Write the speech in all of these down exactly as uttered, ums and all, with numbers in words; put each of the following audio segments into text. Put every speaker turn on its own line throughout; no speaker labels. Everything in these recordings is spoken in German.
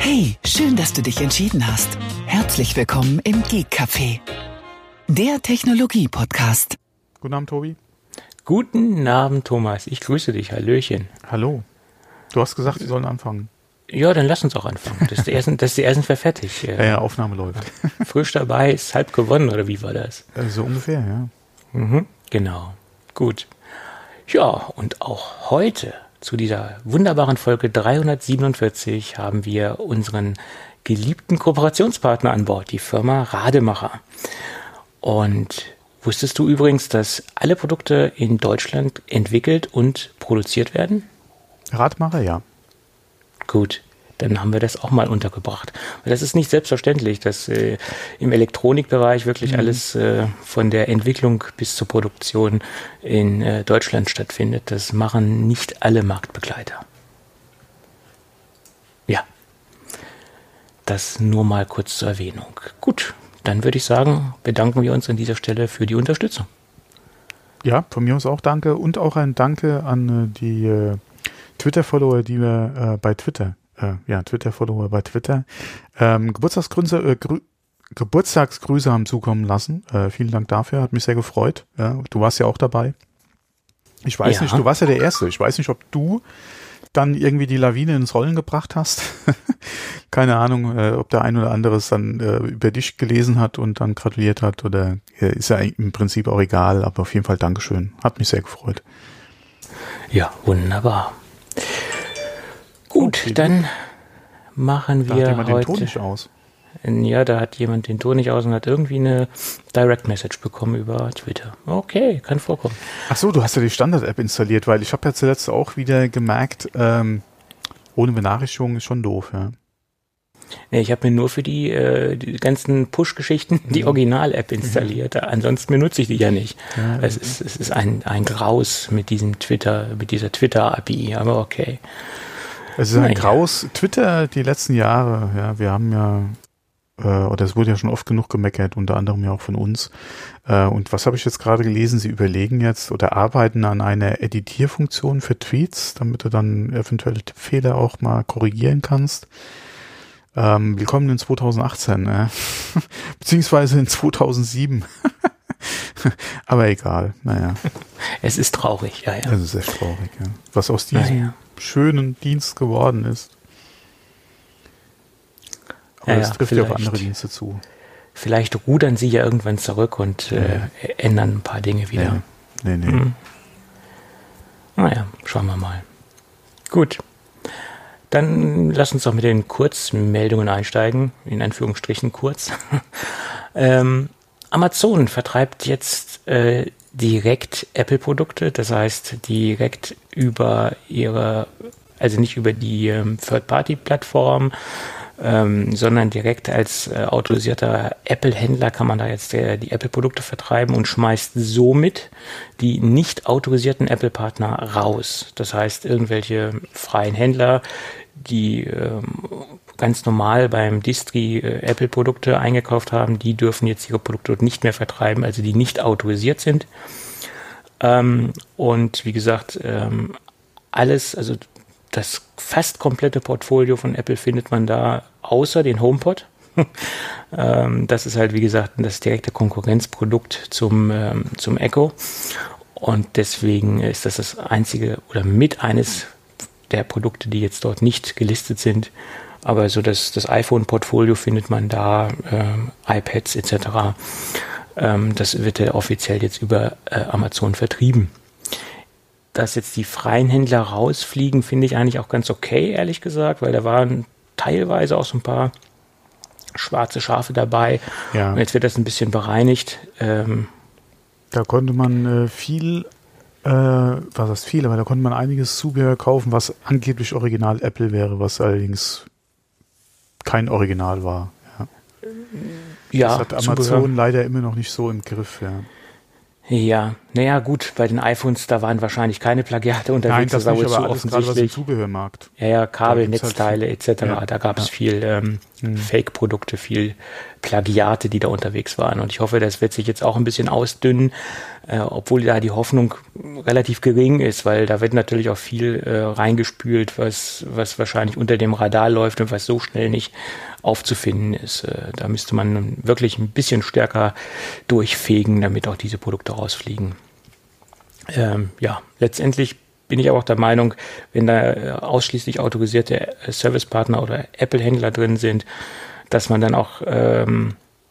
Hey, schön, dass du dich entschieden hast. Herzlich willkommen im Geek Café, der Technologie-Podcast.
Guten Abend, Tobi.
Guten Abend, Thomas. Ich grüße dich. Hallöchen.
Hallo. Du hast gesagt, wir sollen anfangen.
Ja, dann lass uns auch anfangen. Das ist, ersten, das ist die ersten für fertig.
Ja, ja, Aufnahme läuft.
Frisch dabei ist halb gewonnen, oder wie war das?
So ungefähr, ja.
Mhm, genau. Gut. Ja, und auch heute zu dieser wunderbaren Folge dreihundertsiebenundvierzig haben wir unseren geliebten Kooperationspartner an Bord, die Firma Rademacher. Und wusstest du übrigens, dass alle Produkte in Deutschland entwickelt und produziert werden?
Rademacher, ja.
Gut, dann haben wir das auch mal untergebracht. Weil das ist nicht selbstverständlich, dass äh, im Elektronikbereich wirklich mhm. alles äh, von der Entwicklung bis zur Produktion in äh, Deutschland stattfindet. Das machen nicht alle Marktbegleiter. Ja, das nur mal kurz zur Erwähnung. Gut, dann würde ich sagen, bedanken wir uns an dieser Stelle für die Unterstützung.
Ja, von mir aus auch danke und auch ein Danke an äh, die äh, Twitter-Follower, die wir äh, bei Twitter, äh, ja, Twitter-Follower bei Twitter, ähm, Geburtstagsgrüße, äh, Grü- Geburtstagsgrüße haben zukommen lassen. Äh, vielen Dank dafür, hat mich sehr gefreut. Ja, du warst ja auch dabei. Ich weiß
ja.
nicht, du warst ja der Erste. Ich weiß nicht, ob du dann irgendwie die Lawine ins Rollen gebracht hast. Keine Ahnung, äh, ob der ein oder andere es dann äh, über dich gelesen hat und dann gratuliert hat oder äh, ist ja im Prinzip auch egal, aber auf jeden Fall Dankeschön. Hat mich sehr gefreut.
Ja, wunderbar. Gut, okay, dann machen wir
da hat jemand
heute...
den Ton nicht aus.
Ja, da hat jemand den Ton nicht aus und hat irgendwie eine Direct Message bekommen über Twitter. Okay, kann vorkommen. Ach
so, du hast ja die Standard-App installiert, weil ich habe ja zuletzt auch wieder gemerkt, ähm, ohne Benachrichtigung ist schon doof, ja.
Ich habe mir nur für die, äh, die ganzen Push-Geschichten die Original-App installiert. Mhm. Ansonsten benutze ich die ja nicht. Ja, es ist, es ist ein, ein Graus mit diesem Twitter, mit dieser Twitter-A P I, aber okay.
Es ist ein naja. Graus. Twitter die letzten Jahre, ja, wir haben ja, äh, oder es wurde ja schon oft genug gemeckert, unter anderem ja auch von uns. Äh, und was habe ich jetzt gerade gelesen? Sie überlegen jetzt oder arbeiten an einer Editierfunktion für Tweets, damit du dann eventuell Tippfehler auch mal korrigieren kannst. Ähm, willkommen in zweitausendachtzehn, äh. beziehungsweise in zweitausendsieben. Aber egal, naja.
Es ist traurig, ja, ja.
Es ist echt traurig, ja. Was aus diesem ja, ja. schönen Dienst geworden ist. Aber ja, das trifft ja auf andere Dienste zu.
Vielleicht rudern sie ja irgendwann zurück und äh, ja. ändern ein paar Dinge wieder.
Nee, nee. nee.
Hm. Naja, schauen wir mal. Gut. Dann lass uns doch mit den Kurzmeldungen einsteigen, in Anführungsstrichen kurz. ähm, Amazon vertreibt jetzt äh, direkt Apple-Produkte, das heißt direkt über ihre, also nicht über die ähm, Third-Party-Plattform, ähm, sondern direkt als äh, autorisierter Apple-Händler kann man da jetzt äh, die Apple-Produkte vertreiben und schmeißt somit die nicht autorisierten Apple-Partner raus. Das heißt, irgendwelche freien Händler, die ähm, ganz normal beim Distri äh, Apple-Produkte eingekauft haben, die dürfen jetzt ihre Produkte dort nicht mehr vertreiben, also die nicht autorisiert sind. Ähm, und wie gesagt, ähm, alles, also das fast komplette Portfolio von Apple findet man da, außer den HomePod. ähm, das ist halt, wie gesagt, das direkte Konkurrenzprodukt zum, ähm, zum Echo. Und deswegen ist das das einzige oder mit eines der Produkte, die jetzt dort nicht gelistet sind. Aber so das, das iPhone-Portfolio findet man da, ähm, iPads et cetera. Ähm, das wird ja offiziell jetzt über äh, Amazon vertrieben. Dass jetzt die freien Händler rausfliegen, finde ich eigentlich auch ganz okay, ehrlich gesagt, weil da waren teilweise auch so ein paar schwarze Schafe dabei.
Ja.
Und jetzt wird das ein bisschen bereinigt. Ähm,
da konnte man äh, viel, äh, was heißt viel, aber da konnte man einiges Zubehör kaufen, was angeblich Original Apple wäre, was allerdings kein Original war. Ja,
ja
das hat Amazon
Zubehör.
leider immer noch nicht so im Griff, ja.
Ja, naja gut, bei den iPhones, da waren wahrscheinlich keine Plagiate unterwegs.
Nein, das,
das war
nicht,
wohl
aber
zu
alles gerade was im
offensichtlich.
Zubehörmarkt.
Ja, ja, Kabel, Netzteile
halt
et cetera.
Ja,
da gab es
ja.
viel ähm, hm. Fake-Produkte, viel Plagiate, die da unterwegs waren. Und ich hoffe, das wird sich jetzt auch ein bisschen ausdünnen. äh, obwohl da die Hoffnung relativ gering ist, weil da wird natürlich auch viel äh, reingespült, was, was wahrscheinlich unter dem Radar läuft und was so schnell nicht aufzufinden ist. Äh, da müsste man wirklich ein bisschen stärker durchfegen, damit auch diese Produkte rausfliegen. Ähm, ja, letztendlich bin ich aber auch der Meinung, wenn da ausschließlich autorisierte Servicepartner oder Apple-Händler drin sind, dass man dann auch ähm,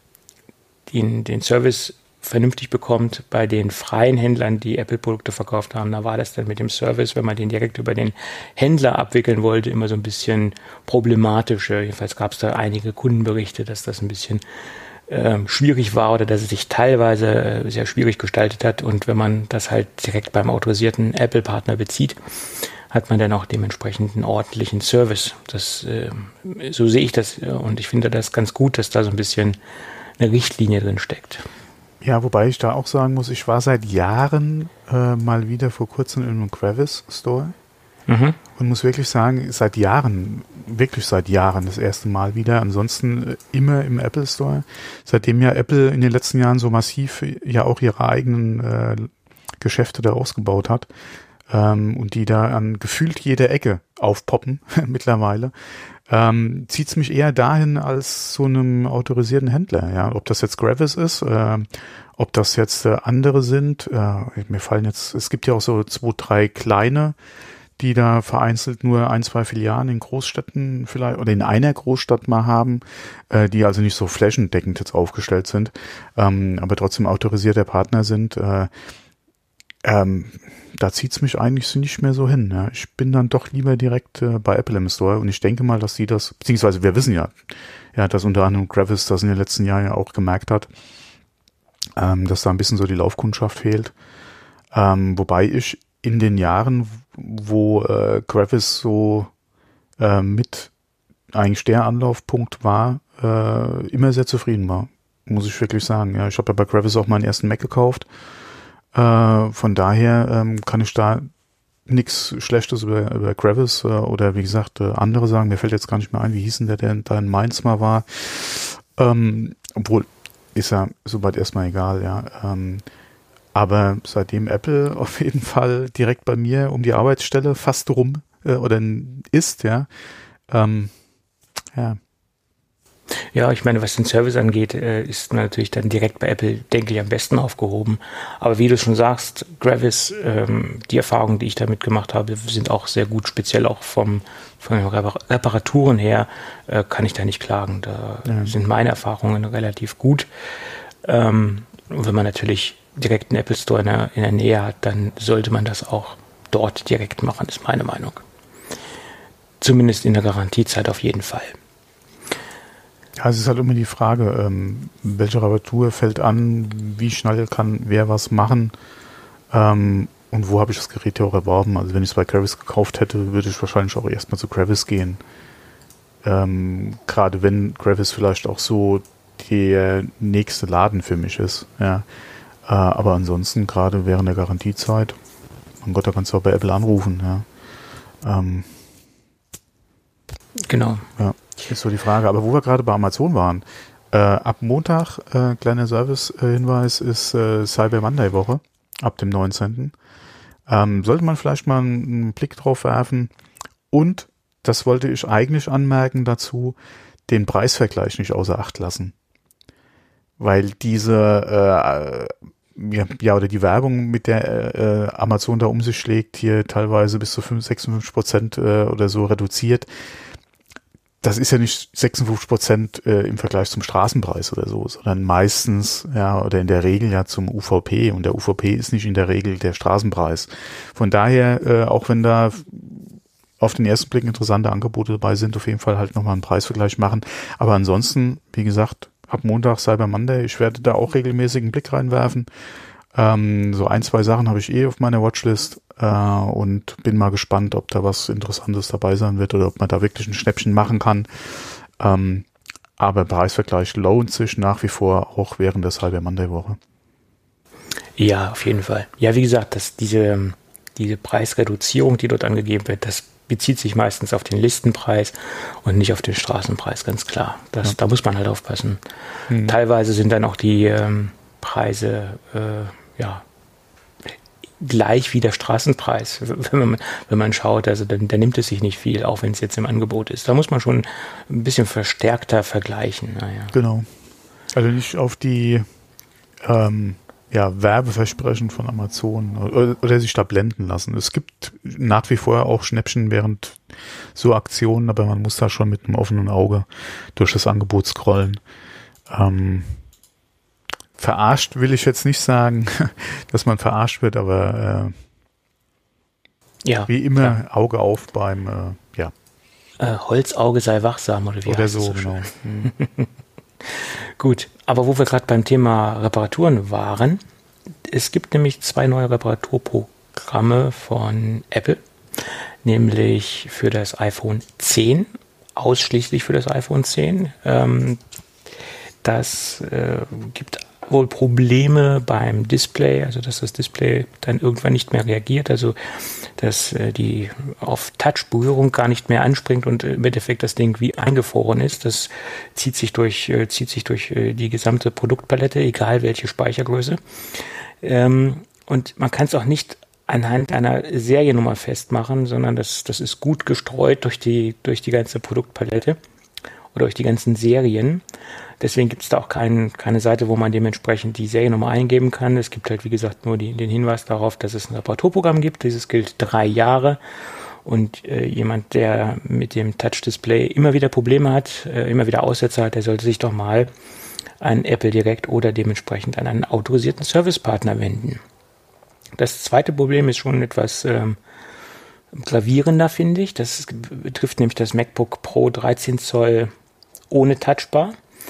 den, den Service vernünftig bekommt. Bei den freien Händlern, die Apple-Produkte verkauft haben, da war das dann mit dem Service, wenn man den direkt über den Händler abwickeln wollte, immer so ein bisschen problematisch. Jedenfalls gab es da einige Kundenberichte, dass das ein bisschen ähm, schwierig war oder dass es sich teilweise äh, sehr schwierig gestaltet hat. Und wenn man das halt direkt beim autorisierten Apple-Partner bezieht, hat man dann auch dementsprechend einen ordentlichen Service. Das, äh, so sehe ich das und ich finde das ganz gut, dass da so ein bisschen eine Richtlinie drin steckt.
Ja, wobei ich da auch sagen muss, ich war seit Jahren äh, mal wieder vor kurzem in einem Gravis Store mhm. und muss wirklich sagen, seit Jahren, wirklich seit Jahren das erste Mal wieder, ansonsten äh, immer im Apple Store, seitdem ja Apple in den letzten Jahren so massiv ja auch ihre eigenen äh, Geschäfte da ausgebaut hat ähm, und die da an gefühlt jeder Ecke aufpoppen mittlerweile. Ähm, zieht es mich eher dahin als zu einem autorisierten Händler, ja, ob das jetzt Gravis ist, äh, ob das jetzt äh, andere sind, äh, mir fallen jetzt, es gibt ja auch so zwei, drei kleine, die da vereinzelt nur ein, zwei Filialen in Großstädten vielleicht oder in einer Großstadt mal haben, äh, die also nicht so flächendeckend jetzt aufgestellt sind, ähm, aber trotzdem autorisierter Partner sind, äh, ähm, da zieht's mich eigentlich nicht mehr so hin. Ja. Ich bin dann doch lieber direkt äh, bei Apple im Store und ich denke mal, dass sie das, beziehungsweise wir wissen ja, ja, dass unter anderem Gravis das in den letzten Jahren ja auch gemerkt hat, ähm, dass da ein bisschen so die Laufkundschaft fehlt. Ähm, wobei ich in den Jahren, wo äh, Gravis so äh, mit eigentlich der Anlaufpunkt war, äh, immer sehr zufrieden war, muss ich wirklich sagen. Ja, ich habe ja bei Gravis auch meinen ersten Mac gekauft. Äh, von daher ähm, kann ich da nichts Schlechtes über, über Gravis äh, oder wie gesagt äh, andere sagen. Mir fällt jetzt gar nicht mehr ein, wie hieß denn der, der da in Mainz mal war. Ähm, obwohl, ist ja soweit erstmal egal, ja. Ähm, aber seitdem Apple auf jeden Fall direkt bei mir um die Arbeitsstelle fast rum äh, oder ist, ja, ähm, ja.
Ja, ich meine, was den Service angeht, ist man natürlich dann direkt bei Apple, denke ich, am besten aufgehoben. Aber wie du schon sagst, Gravis, ähm, die Erfahrungen, die ich damit gemacht habe, sind auch sehr gut, speziell auch vom, von den Reparaturen her, äh, kann ich da nicht klagen. Da ja. sind meine Erfahrungen relativ gut. Ähm, und wenn man natürlich direkt einen Apple Store in der, in der Nähe hat, dann sollte man das auch dort direkt machen, ist meine Meinung. Zumindest in der Garantiezeit auf jeden Fall.
Ja, es ist halt immer die Frage, ähm, welche Reparatur fällt an, wie schnell kann wer was machen ähm, und wo habe ich das Gerät ja auch erworben. Also wenn ich es bei Gravis gekauft hätte, würde ich wahrscheinlich auch erstmal zu Gravis gehen. Ähm, gerade wenn Gravis vielleicht auch so der nächste Laden für mich ist. Ja. Äh, aber ansonsten, gerade während der Garantiezeit, mein Gott, da kannst du auch bei Apple anrufen. Ja. Ähm,
genau.
Ja. Ist so die Frage. Aber wo wir gerade bei Amazon waren, äh, ab Montag, äh, kleiner Service-Hinweis, ist äh, Cyber Monday-Woche, ab dem neunzehnten Ähm, sollte man vielleicht mal einen, einen Blick drauf werfen und, das wollte ich eigentlich anmerken dazu, den Preisvergleich nicht außer Acht lassen. Weil diese, äh, ja, ja, oder die Werbung, mit der äh, Amazon da um sich schlägt, hier teilweise bis zu sechsundfünfzig Prozent äh, oder so reduziert, das ist ja nicht sechsundfünfzig Prozent äh, im Vergleich zum Straßenpreis oder so, sondern meistens, ja, oder in der Regel ja zum U V P und der U V P ist nicht in der Regel der Straßenpreis. Von daher, äh, auch wenn da auf den ersten Blick interessante Angebote dabei sind, auf jeden Fall halt nochmal einen Preisvergleich machen. Aber ansonsten, wie gesagt, ab Montag Cyber Monday, ich werde da auch regelmäßig einen Blick reinwerfen. Ähm, so ein, zwei Sachen habe ich eh auf meiner Watchlist äh, und bin mal gespannt, ob da was Interessantes dabei sein wird oder ob man da wirklich ein Schnäppchen machen kann. Ähm, aber Preisvergleich lohnt sich nach wie vor auch während der Cyber Monday Woche.
Ja, auf jeden Fall. Ja, wie gesagt, dass diese, diese Preisreduzierung, die dort angegeben wird, das bezieht sich meistens auf den Listenpreis und nicht auf den Straßenpreis, ganz klar. Das, ja. Da muss man halt aufpassen. Mhm. Teilweise sind dann auch die ähm, Preise äh, ja, gleich wie der Straßenpreis, wenn man, wenn man schaut. Also dann, dann nimmt es sich nicht viel, auch wenn es jetzt im Angebot ist. Da muss man schon ein bisschen verstärkter vergleichen. Naja.
Genau. Also nicht auf die ähm, ja, Werbeversprechen von Amazon oder, oder sich da blenden lassen. Es gibt nach wie vor auch Schnäppchen während so Aktionen, aber man muss da schon mit einem offenen Auge durch das Angebot scrollen. Ähm, verarscht will ich jetzt nicht sagen, dass man verarscht wird, aber äh, ja, wie immer klar. Auge auf beim äh, ja.
Äh, Holzauge sei wachsam oder wie
oder
heißt
so,
so
genau.
Gut, aber wo wir gerade beim Thema Reparaturen waren, es gibt nämlich zwei neue Reparaturprogramme von Apple, nämlich für das iPhone zehn, ausschließlich für das iPhone zehn. Ähm, das äh, gibt wohl Probleme beim Display, also dass das Display dann irgendwann nicht mehr reagiert, also dass äh, die auf Touch-Berührung gar nicht mehr anspringt und im Endeffekt das Ding wie eingefroren ist. Das zieht sich durch, äh, zieht sich durch äh, die gesamte Produktpalette, egal welche Speichergröße. Ähm, und man kann es auch nicht anhand einer Seriennummer festmachen, sondern das, das ist gut gestreut durch die, durch die ganze Produktpalette oder durch die ganzen Serien. Deswegen gibt es da auch kein, keine Seite, wo man dementsprechend die Seriennummer eingeben kann. Es gibt halt, wie gesagt, nur die, den Hinweis darauf, dass es ein Reparaturprogramm gibt. Dieses gilt drei Jahre. Und äh, jemand, der mit dem Touch-Display immer wieder Probleme hat, äh, immer wieder Aussetzer hat, der sollte sich doch mal an Apple direkt oder dementsprechend an einen autorisierten Servicepartner wenden. Das zweite Problem ist schon etwas ähm, gravierender, finde ich. Das betrifft nämlich das MacBook Pro dreizehn Zoll ohne Touchbar.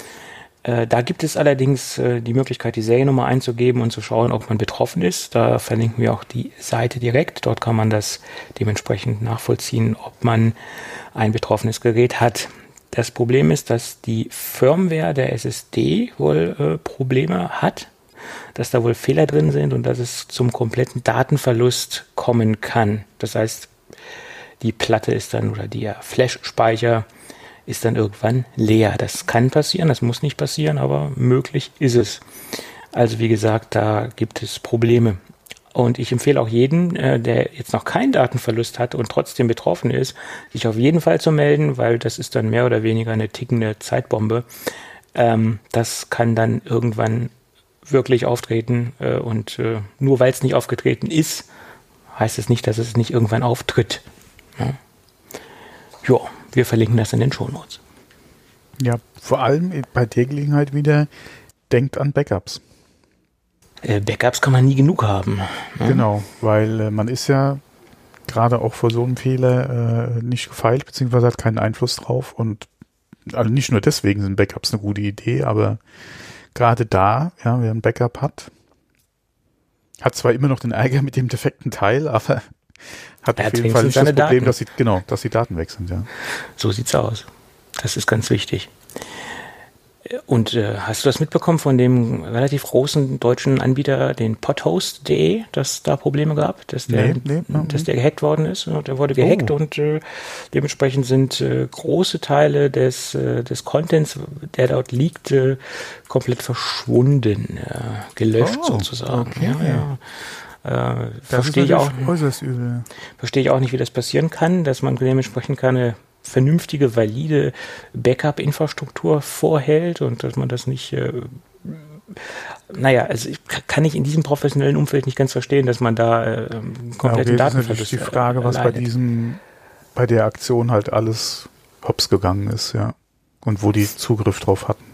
Äh, da gibt es allerdings äh, die Möglichkeit, die Seriennummer einzugeben und zu schauen, ob man betroffen ist. Da verlinken wir auch die Seite direkt. Dort kann man das dementsprechend nachvollziehen, ob man ein betroffenes Gerät hat. Das Problem ist, dass die Firmware der S S D wohl äh, Probleme hat, dass da wohl Fehler drin sind und dass es zum kompletten Datenverlust kommen kann. Das heißt, die Platte ist dann oder der Flash-Speicher ist dann irgendwann leer. Das kann passieren, das muss nicht passieren, aber möglich ist es. Also wie gesagt, da gibt es Probleme. Und ich empfehle auch jedem, äh, der jetzt noch keinen Datenverlust hat und trotzdem betroffen ist, sich auf jeden Fall zu melden, weil das ist dann mehr oder weniger eine tickende Zeitbombe. Ähm, das kann dann irgendwann wirklich auftreten äh, und äh, nur weil es nicht aufgetreten ist, heißt es nicht, dass es nicht irgendwann auftritt. Ja, ja, wir verlinken das in den Shownotes.
Ja, vor allem bei der Gelegenheit wieder, denkt an Backups.
Äh, Backups kann man nie genug haben.
Ja? Genau, weil äh, man ist ja gerade auch vor so einem Fehler äh, nicht gefeilt, beziehungsweise hat keinen Einfluss drauf und also nicht nur deswegen sind Backups eine gute Idee, aber gerade da, ja, wer ein Backup hat, hat zwar immer noch den Ärger mit dem defekten Teil, aber hat
er
auf jeden Fall nicht das Problem,
Daten.
dass sie, genau, dass die Daten weg sind, ja.
So sieht's aus. Das ist ganz wichtig. Und äh, hast du das mitbekommen von dem relativ großen deutschen Anbieter, den Podhost punkt de, dass da Probleme gab, dass der,
nee, nee,
dass der gehackt worden ist? Der wurde gehackt oh. und äh, dementsprechend sind äh, große Teile des, äh, des Contents, der dort liegt, äh, komplett verschwunden, äh, gelöscht
oh,
sozusagen.
Okay.
Ja, ja. Äh, verstehe ich auch,
äußerst übel.
Verstehe ich auch nicht, wie das passieren kann, dass man dementsprechend keine vernünftige, valide Backup-Infrastruktur vorhält und dass man das nicht, äh, naja, also ich kann ich in diesem professionellen Umfeld nicht ganz verstehen, dass man da äh, kompletten
ja, okay,
Datenverlust
das ist die Frage, was bei diesem, bei der Aktion halt alles hops gegangen ist, ja. Und wo die Zugriff drauf hatten.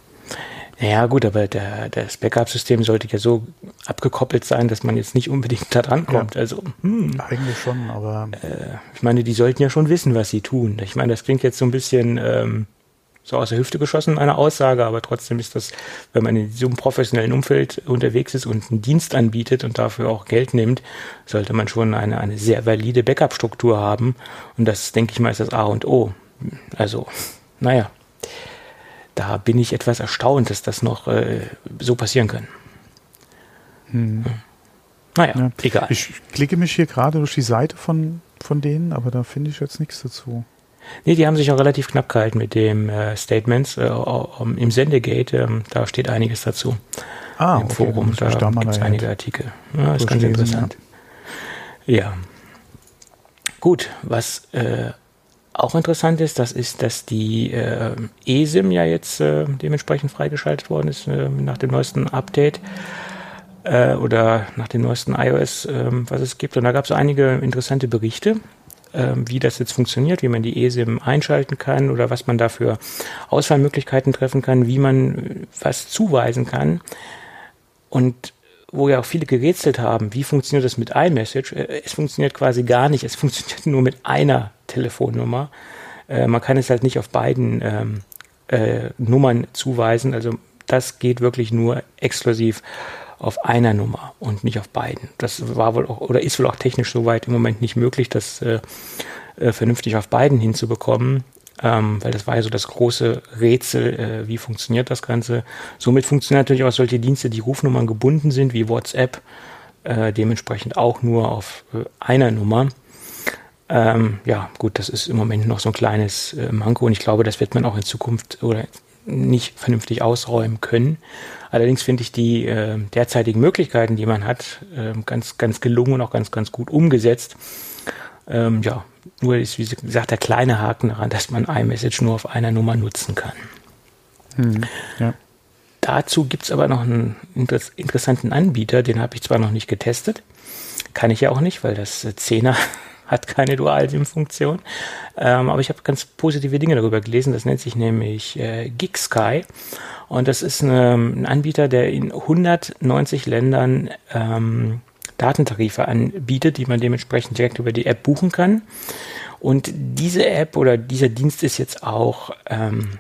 Ja gut, aber der, das Backup-System sollte ja so abgekoppelt sein, dass man jetzt nicht unbedingt da dran kommt. Ja, also hm,
eigentlich schon, aber
äh, ich meine, die sollten ja schon wissen, was sie tun. Ich meine, das klingt jetzt so ein bisschen ähm, so aus der Hüfte geschossen, eine Aussage, aber trotzdem ist das, wenn man in so einem professionellen Umfeld unterwegs ist und einen Dienst anbietet und dafür auch Geld nimmt, sollte man schon eine, eine sehr valide Backup-Struktur haben. Und das, denke ich mal, ist das A und O. Also, naja. Da bin ich etwas erstaunt, dass das noch äh, so passieren kann.
Hm.
Hm. Naja,
ja.
egal.
Ich klicke mich hier gerade durch die Seite von, von denen, aber da finde ich jetzt nichts dazu.
Nee, die haben sich auch relativ knapp gehalten mit dem äh, Statements äh, um, im Sendegate. Ähm, da steht einiges dazu.
Ah,
im
okay,
Forum, da, da gibt es einige Artikel. Ja, ist ganz interessant. Ja. Gut, was äh, auch interessant ist, das ist, dass die äh, eSIM ja jetzt äh, dementsprechend freigeschaltet worden ist äh, nach dem neuesten Update äh, oder nach dem neuesten iOS, äh, was es gibt. Und da gab es einige interessante Berichte, äh, wie das jetzt funktioniert, wie man die eSIM einschalten kann oder was man da für Auswahlmöglichkeiten treffen kann, wie man was zuweisen kann. Und wo ja auch viele gerätselt haben, wie funktioniert das mit iMessage? Es funktioniert quasi gar nicht. Es funktioniert nur mit einer Telefonnummer. Äh, man kann es halt nicht auf beiden ähm, äh, Nummern zuweisen. Also das geht wirklich nur exklusiv auf einer Nummer und nicht auf beiden. Das war wohl auch oder ist wohl auch technisch soweit im Moment nicht möglich, das äh, äh, vernünftig auf beiden hinzubekommen. Ähm, weil das war ja so das große Rätsel, äh, wie funktioniert das Ganze. Somit funktionieren natürlich auch solche Dienste, die Rufnummern gebunden sind, wie WhatsApp, äh, dementsprechend auch nur auf äh, einer Nummer. Ähm, ja, gut, das ist im Moment noch so ein kleines äh, Manko und ich glaube, das wird man auch in Zukunft oder nicht vernünftig ausräumen können. Allerdings finde ich die äh, derzeitigen Möglichkeiten, die man hat, äh, ganz, ganz gelungen und auch ganz, ganz gut umgesetzt. Ähm, ja, nur ist, wie gesagt, der kleine Haken daran, dass man iMessage nur auf einer Nummer nutzen kann.
Hm, ja.
Dazu gibt es aber noch einen inter- interessanten Anbieter, den habe ich zwar noch nicht getestet, kann ich ja auch nicht, weil das äh, Zehner hat keine Dual-SIM-Funktion, ähm, aber ich habe ganz positive Dinge darüber gelesen, das nennt sich nämlich äh, GigSky und das ist eine, ein Anbieter, der in hundertneunzig Ländern ähm, Datentarife anbietet, die man dementsprechend direkt über die App buchen kann. Und diese App oder dieser Dienst ist jetzt auch ähm,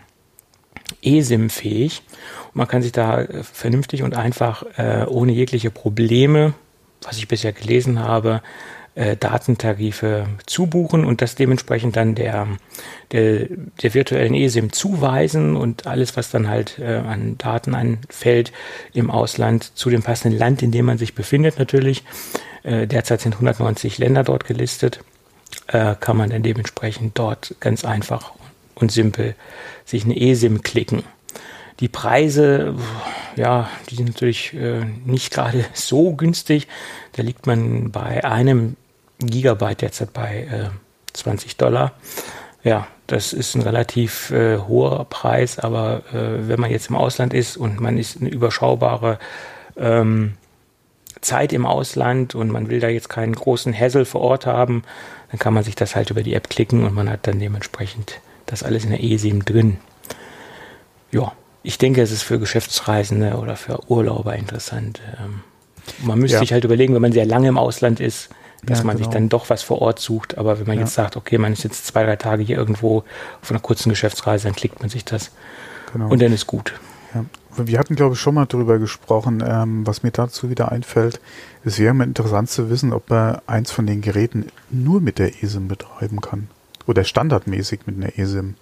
eSIM-fähig. Und man kann sich da äh, vernünftig und einfach äh, ohne jegliche Probleme, was ich bisher gelesen habe, äh, Datentarife zubuchen und das dementsprechend dann der, der, der virtuellen eSIM zuweisen und alles, was dann halt äh, an Daten anfällt im Ausland zu dem passenden Land, in dem man sich befindet natürlich. Äh, derzeit sind hundertneunzig Länder dort gelistet, äh, kann man dann dementsprechend dort ganz einfach und simpel sich eine eSIM klicken. Die Preise, ja, die sind natürlich äh, nicht gerade so günstig. Da liegt man bei einem Gigabyte derzeit bei äh, zwanzig Dollar. Ja, das ist ein relativ äh, hoher Preis, aber äh, wenn man jetzt im Ausland ist und man ist eine überschaubare ähm, Zeit im Ausland und man will da jetzt keinen großen Hassel vor Ort haben, dann kann man sich das halt über die App klicken und man hat dann dementsprechend das alles in der eSIM drin. Ja, ich denke, es ist für Geschäftsreisende oder für Urlauber interessant. Ähm, man müsste
Ja.
sich halt überlegen, wenn man sehr lange im Ausland ist, dass
Ja,
man
genau.
sich dann doch was vor Ort sucht. Aber wenn man
Ja.
jetzt sagt, okay, man ist jetzt zwei, drei Tage hier irgendwo auf einer kurzen Geschäftsreise, dann klickt man sich das
Genau.
und dann ist gut.
Ja. Wir hatten, glaube ich, schon mal drüber gesprochen. Ähm, was mir dazu wieder einfällt, es wäre mal interessant zu wissen, ob man eins von den Geräten nur mit der eSIM betreiben kann. Oder standardmäßig mit einer eSIM.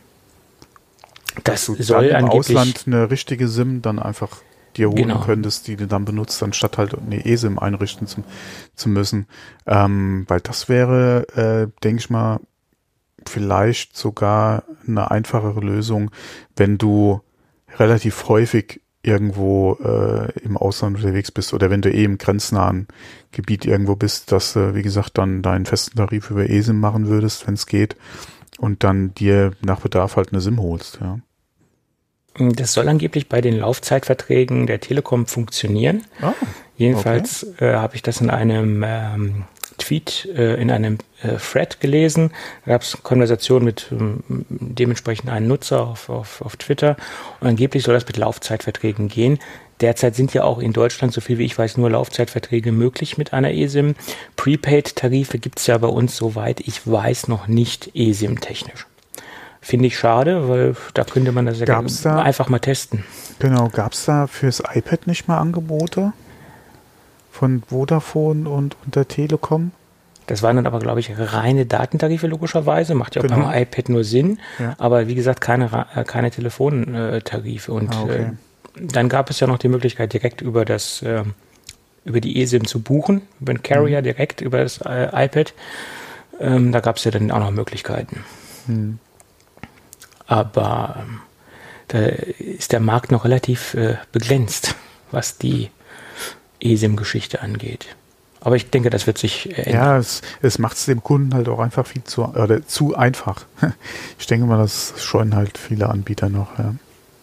Das
Du
soll
dann im
angeblich
Ausland eine richtige SIM dann einfach dir holen
Genau.
könntest, die du dann benutzt, anstatt halt eine eSIM einrichten zu, zu müssen. Ähm, weil das wäre, äh, denke ich mal, vielleicht sogar eine einfachere Lösung, wenn du relativ häufig irgendwo äh, im Ausland unterwegs bist oder wenn du eh im grenznahen Gebiet irgendwo bist, dass du, wie gesagt, dann deinen festen Tarif über eSIM machen würdest, wenn es geht, und dann dir nach Bedarf halt eine SIM holst, ja.
Das soll angeblich bei den Laufzeitverträgen der Telekom funktionieren.
Ah,
Jedenfalls äh, habe ich das in einem ähm, Tweet, äh, in einem äh, Thread gelesen. Da gab es Konversation mit ähm, dementsprechend einem Nutzer auf, auf, auf Twitter. Und angeblich soll das mit Laufzeitverträgen gehen. Derzeit sind ja auch in Deutschland, so viel wie ich weiß, nur Laufzeitverträge möglich mit einer eSIM. Prepaid-Tarife gibt es ja bei uns, soweit ich weiß, noch nicht eSIM-technisch. Finde ich schade, weil da könnte man das ja
Gab's da-
einfach mal testen.
Genau, gab es da fürs iPad nicht mal Angebote von Vodafone und, und der Telekom?
Das waren dann aber, glaube ich, reine Datentarife logischerweise. Macht ja auch
Genau.
beim iPad nur Sinn.
Ja.
Aber wie gesagt, keine, Ra- äh, keine Telefontarife. Und
Ah, okay.
äh, dann gab es ja noch die Möglichkeit, direkt über das äh, über die eSIM zu buchen, über den Carrier
Mhm.
direkt über das äh, iPad. Ähm, da gab es ja dann auch noch Möglichkeiten.
Hm.
Aber ähm, da ist der Markt noch relativ äh, begrenzt, was die eSIM-Geschichte angeht. Aber ich denke, das wird sich ändern.
Ja, es, es macht es dem Kunden halt auch einfach viel zu, oder zu einfach. Ich denke mal, das scheuen halt viele Anbieter noch. Ja,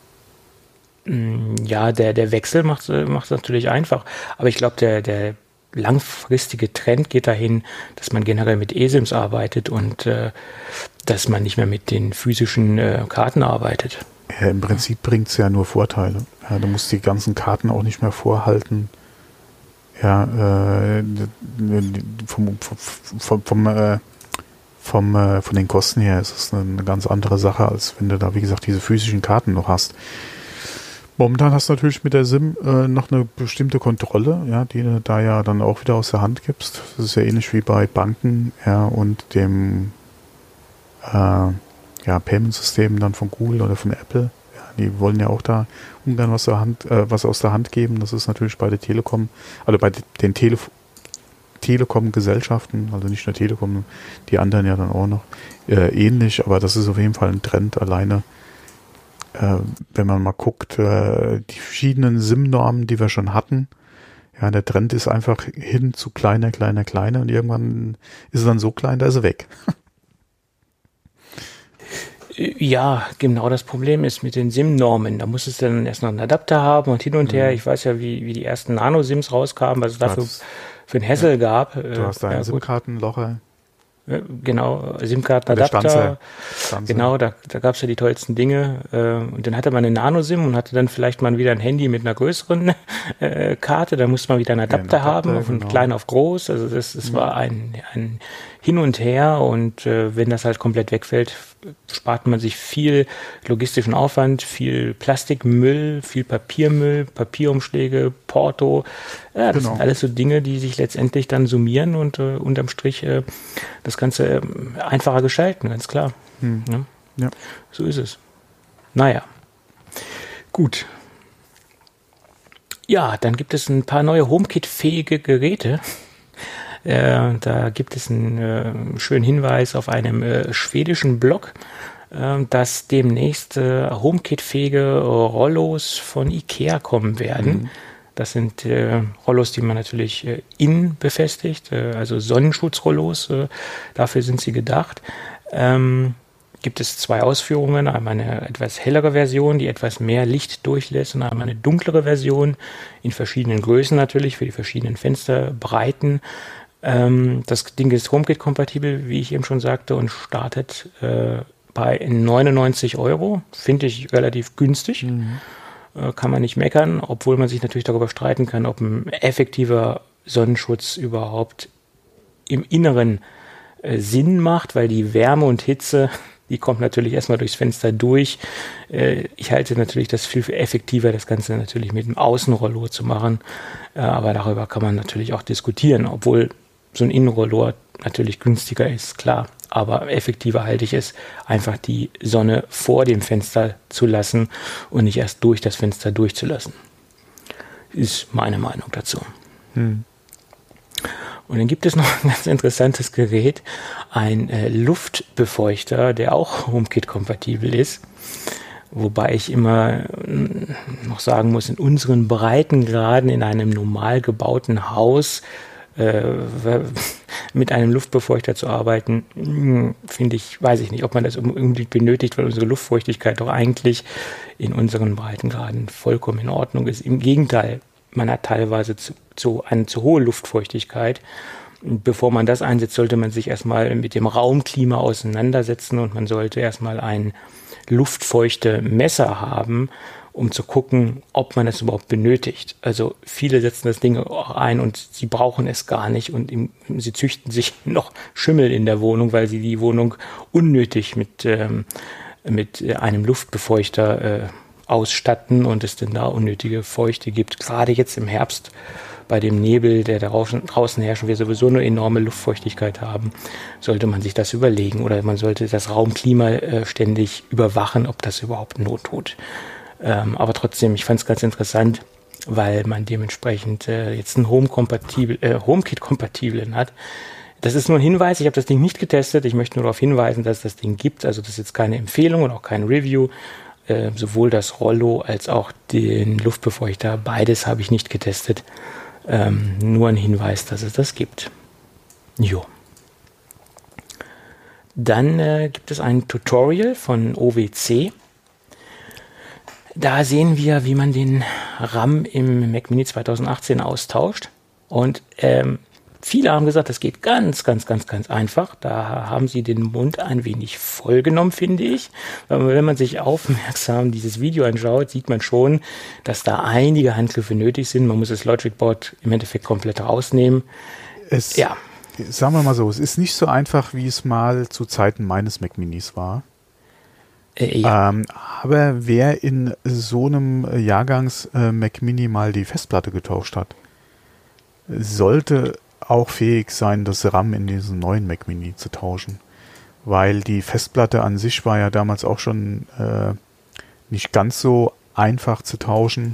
ja der, der Wechsel macht es natürlich einfach. Aber ich glaube, der, der langfristige Trend geht dahin, dass man generell mit eSIMs arbeitet und äh, dass man nicht mehr mit den physischen äh, Karten arbeitet.
Ja, im Prinzip bringt es ja nur Vorteile. Ja, du musst die ganzen Karten auch nicht mehr vorhalten. Ja, äh, vom, vom, vom, äh, vom, äh, von den Kosten her ist es eine ganz andere Sache, als wenn du da, wie gesagt, diese physischen Karten noch hast. Momentan hast du natürlich mit der SIM äh, noch eine bestimmte Kontrolle, ja, die du da ja dann auch wieder aus der Hand gibst. Das ist ja ähnlich wie bei Banken, ja, und dem äh, ja, Payment-System dann von Google oder von Apple. Ja, die wollen ja auch da ungern was, der Hand, äh, was aus der Hand geben. Das ist natürlich bei der Telekom, also bei den Tele Telekom-Gesellschaften, also nicht nur Telekom, die anderen ja dann auch noch äh, ähnlich, aber das ist auf jeden Fall ein Trend alleine. Äh, wenn man mal guckt, äh, die verschiedenen SIM-Normen, die wir schon hatten, ja, der Trend ist einfach hin zu kleiner, kleiner, kleiner und irgendwann ist es dann so klein, da ist er weg.
Ja, genau das Problem ist mit den SIM-Normen. Da muss es dann erst noch einen Adapter haben und hin und her. Ich weiß ja, wie, wie die ersten Nano-SIMs rauskamen, was es dafür für ein Hassel ja, gab.
Du hast da ein ja, SIM-Kartenlocher.
Genau, SIM-Kartenadapter. Genau, da, da gab es ja die tollsten Dinge. Äh, und dann hatte man eine Nano-SIM und hatte dann vielleicht mal wieder ein Handy mit einer größeren äh, Karte. Da musste man wieder einen Adapter, ja, einen Adapter haben, von genau. klein auf groß. Also das, das mhm. war ein, ein Hin und Her. Und äh, wenn das halt komplett wegfällt, spart man sich viel logistischen Aufwand, viel Plastikmüll, viel Papiermüll, Papierumschläge, Porto. Ja, das genau. sind alles so Dinge, die sich letztendlich dann summieren und äh, unterm Strich äh, das Ganze äh, einfacher gestalten, ganz klar. Hm. Ja? Ja. So ist es. Naja, gut. Ja, dann gibt es ein paar neue HomeKit-fähige Geräte. Äh, da gibt es einen äh, schönen Hinweis auf einem äh, schwedischen Blog, äh, dass demnächst äh, HomeKit-fähige Rollos von IKEA kommen werden. Mhm. Das sind äh, Rollos, die man natürlich äh, innen befestigt, äh, also Sonnenschutzrollos, äh, dafür sind sie gedacht. Ähm, gibt es zwei Ausführungen, einmal eine etwas hellere Version, die etwas mehr Licht durchlässt, und einmal eine dunklere Version, in verschiedenen Größen natürlich, für die verschiedenen Fensterbreiten. Ähm, das Ding ist HomeKit-kompatibel, wie ich eben schon sagte, und startet äh, bei neunundneunzig Euro. Finde ich relativ günstig. Mhm. Äh, kann man nicht meckern, obwohl man sich natürlich darüber streiten kann, ob ein effektiver Sonnenschutz überhaupt im Inneren äh, Sinn macht, weil die Wärme und Hitze, die kommt natürlich erstmal durchs Fenster durch. Äh, ich halte natürlich das viel effektiver, das Ganze natürlich mit einem Außenrollo zu machen. Äh, aber darüber kann man natürlich auch diskutieren, obwohl so ein Innenrollo natürlich günstiger ist, klar. Aber effektiver halte ich es, einfach die Sonne vor dem Fenster zu lassen und nicht erst durch das Fenster durchzulassen. Ist meine Meinung dazu. Hm. Und dann gibt es noch ein ganz interessantes Gerät, ein äh, Luftbefeuchter, der auch HomeKit-kompatibel ist. Wobei ich immer äh, noch sagen muss, in unseren Breitengraden in einem normal gebauten Haus äh, mit einem Luftbefeuchter zu arbeiten, finde ich, weiß ich nicht, ob man das unbedingt benötigt, weil unsere Luftfeuchtigkeit doch eigentlich in unseren Breitengraden vollkommen in Ordnung ist. Im Gegenteil, man hat teilweise zu, zu, eine zu hohe Luftfeuchtigkeit. Bevor man das einsetzt, sollte man sich erstmal mit dem Raumklima auseinandersetzen und man sollte erstmal ein luftfeuchte Messer haben, um zu gucken, ob man es überhaupt benötigt. Also viele setzen das Ding auch ein und sie brauchen es gar nicht und im, sie züchten sich noch Schimmel in der Wohnung, weil sie die Wohnung unnötig mit, ähm, mit einem Luftbefeuchter äh, ausstatten und es denn da unnötige Feuchte gibt. Gerade jetzt im Herbst bei dem Nebel, der da draußen herrscht, wir sowieso eine enorme Luftfeuchtigkeit haben, sollte man sich das überlegen oder man sollte das Raumklima äh, ständig überwachen, ob das überhaupt Not tut. Ähm, aber trotzdem, ich fand es ganz interessant, weil man dementsprechend äh, jetzt einen Home-kompatibel, äh, HomeKit-kompatiblen hat. Das ist nur ein Hinweis, ich habe das Ding nicht getestet, ich möchte nur darauf hinweisen, dass es das Ding gibt, also das ist jetzt keine Empfehlung und auch kein Review. Äh, sowohl das Rollo als auch den Luftbefeuchter, beides habe ich nicht getestet. Ähm, nur ein Hinweis, dass es das gibt. Jo. Dann äh, gibt es ein Tutorial von O W C. Da sehen wir, wie man den RAM im Mac Mini zwanzig achtzehn austauscht. Und ähm, viele haben gesagt, das geht ganz, ganz, ganz, ganz einfach. Da haben sie den Mund ein wenig voll genommen, finde ich. Weil wenn man sich aufmerksam dieses Video anschaut, sieht man schon, dass da einige Handgriffe nötig sind. Man muss das Logic Board im Endeffekt komplett rausnehmen.
Es, ja. Sagen wir mal so, es ist nicht so einfach, wie es mal zu Zeiten meines Mac Minis war. Äh, ja. ähm, aber wer in so einem Jahrgangs äh, Mac Mini mal die Festplatte getauscht hat, sollte auch fähig sein, das RAM in diesen neuen Mac Mini zu tauschen. Weil die Festplatte an sich war ja damals auch schon äh, nicht ganz so einfach zu tauschen.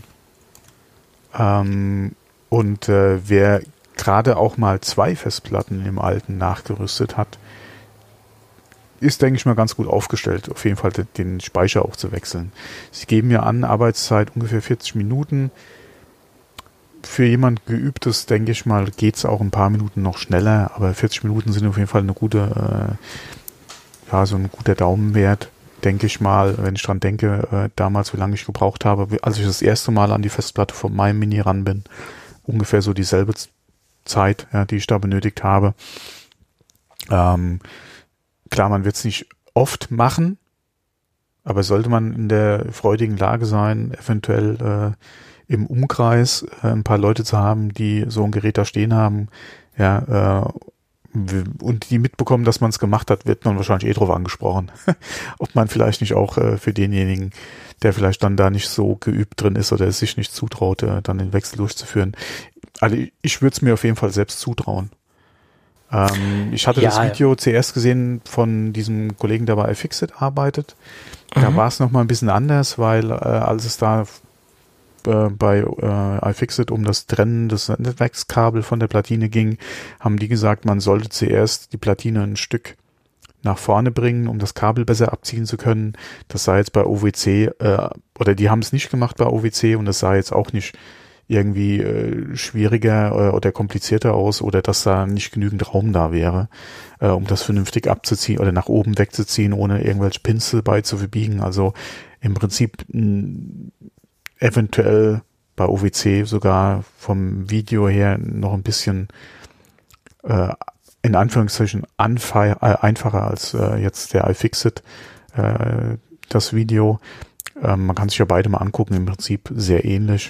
Ähm, und äh, wer gerade auch mal zwei Festplatten im alten nachgerüstet hat, ist, denke ich mal, ganz gut aufgestellt, auf jeden Fall den Speicher auch zu wechseln. Sie geben ja an, Arbeitszeit ungefähr vierzig Minuten. Für jemand Geübtes, denke ich mal, geht es auch ein paar Minuten noch schneller, aber vierzig Minuten sind auf jeden Fall eine gute, äh, ja, so ein guter Daumenwert, denke ich mal, wenn ich dran denke, äh, damals, wie lange ich gebraucht habe, als ich das erste Mal an die Festplatte von meinem Mini ran bin, ungefähr so dieselbe Zeit, ja, die ich da benötigt habe. Ähm, klar, man wird es nicht oft machen, aber sollte man in der freudigen Lage sein, eventuell äh, im Umkreis äh, ein paar Leute zu haben, die so ein Gerät da stehen haben, ja, äh, und die mitbekommen, dass man es gemacht hat, wird man wahrscheinlich eh drauf angesprochen. Ob man vielleicht nicht auch äh, für denjenigen, der vielleicht dann da nicht so geübt drin ist oder es sich nicht zutraut, äh, dann den Wechsel durchzuführen. Also ich, ich würde es mir auf jeden Fall selbst zutrauen. Ähm, ich hatte ja, das Video ja. zuerst gesehen von diesem Kollegen, der bei iFixit arbeitet. Mhm. Da war es nochmal ein bisschen anders, weil äh, als es da äh, bei äh, iFixit um das Trennen des Netzwerkskabel von der Platine ging, haben die gesagt, man sollte zuerst die Platine ein Stück nach vorne bringen, um das Kabel besser abziehen zu können. Das sah jetzt bei O W C, äh, oder die haben es nicht gemacht bei O W C und das sah jetzt auch nicht irgendwie äh, schwieriger äh, oder komplizierter aus oder dass da nicht genügend Raum da wäre, äh, um das vernünftig abzuziehen oder nach oben wegzuziehen, ohne irgendwelche Pinsel bei zu verbiegen. Also im Prinzip mh, eventuell bei O W C sogar vom Video her noch ein bisschen äh, in Anführungszeichen anfe- äh, einfacher als äh, jetzt der iFixit, äh, das Video. Ähm, man kann sich ja beide mal angucken, im Prinzip sehr ähnlich.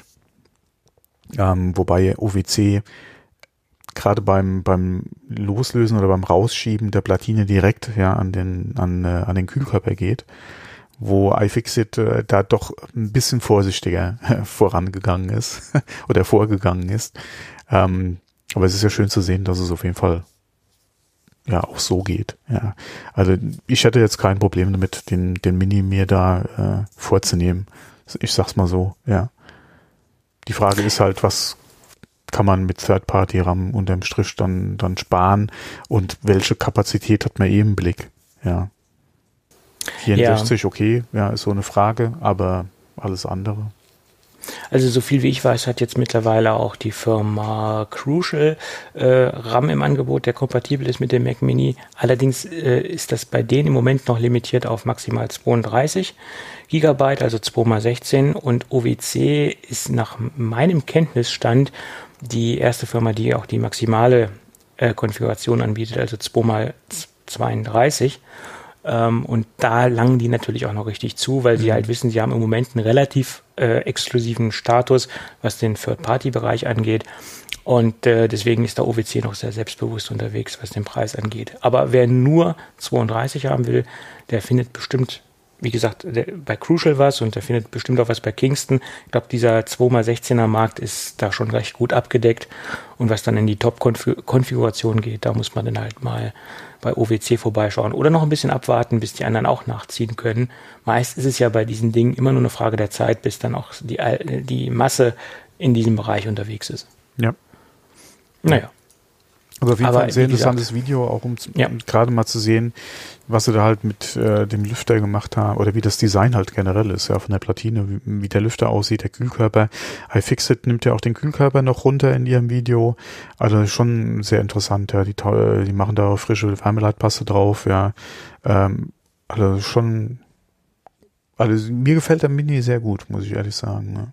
Ähm, wobei O W C gerade beim beim Loslösen oder beim Rausschieben der Platine direkt ja an den an äh, an den Kühlkörper geht, wo iFixit äh, da doch ein bisschen vorsichtiger vorangegangen ist oder vorgegangen ist. Ähm, aber es ist ja schön zu sehen, dass es auf jeden Fall ja auch so geht. Ja, also ich hätte jetzt kein Problem damit, den den Mini mir da äh, vorzunehmen. Ich sag's mal so, ja. Die Frage ist halt, was kann man mit Third-Party-RAM unterm Strich dann, dann sparen und welche Kapazität hat man eh im Blick? Ja. vierundsechzig, ja. Okay, ja, ist so eine Frage, aber alles andere.
Also so viel wie ich weiß, hat jetzt mittlerweile auch die Firma Crucial äh, RAM im Angebot, der kompatibel ist mit dem Mac Mini. Allerdings äh, ist das bei denen im Moment noch limitiert auf maximal zweiunddreißig Gigabyte, also zwei mal sechzehn. Und O W C ist nach meinem Kenntnisstand die erste Firma, die auch die maximale äh, Konfiguration anbietet, also zwei mal zweiunddreißig. Ähm, und da langen die natürlich auch noch richtig zu, weil sie halt wissen, sie haben im Moment einen relativ äh, exklusiven Status, was den Third-Party-Bereich angeht. Und äh, deswegen ist der O W C noch sehr selbstbewusst unterwegs, was den Preis angeht. Aber wer nur zweiunddreißig haben will, der findet bestimmt, wie gesagt, der, bei Crucial was und der findet bestimmt auch was bei Kingston. Ich glaube, dieser zwei mal sechzehner Markt ist da schon recht gut abgedeckt. Und was dann in die Top-Konfiguration geht, da muss man dann halt mal bei O W C vorbeischauen oder noch ein bisschen abwarten, bis die anderen auch nachziehen können. Meist ist es ja bei diesen Dingen immer nur eine Frage der Zeit, bis dann auch die, die Masse in diesem Bereich unterwegs ist.
Ja.
Naja.
Also auf jeden
Aber
Fall ein sehr
wie gesagt,
interessantes Video, auch um,
ja.
um gerade mal zu sehen, was sie da halt mit äh, dem Lüfter gemacht haben oder wie das Design halt generell ist, ja, von der Platine, wie, wie der Lüfter aussieht, der Kühlkörper. iFixit nimmt ja auch den Kühlkörper noch runter in ihrem Video. Also schon sehr interessant, ja. Die, die machen da frische Wärmeleitpaste drauf, ja. Ähm, also schon, also mir gefällt der Mini sehr gut, muss ich ehrlich sagen.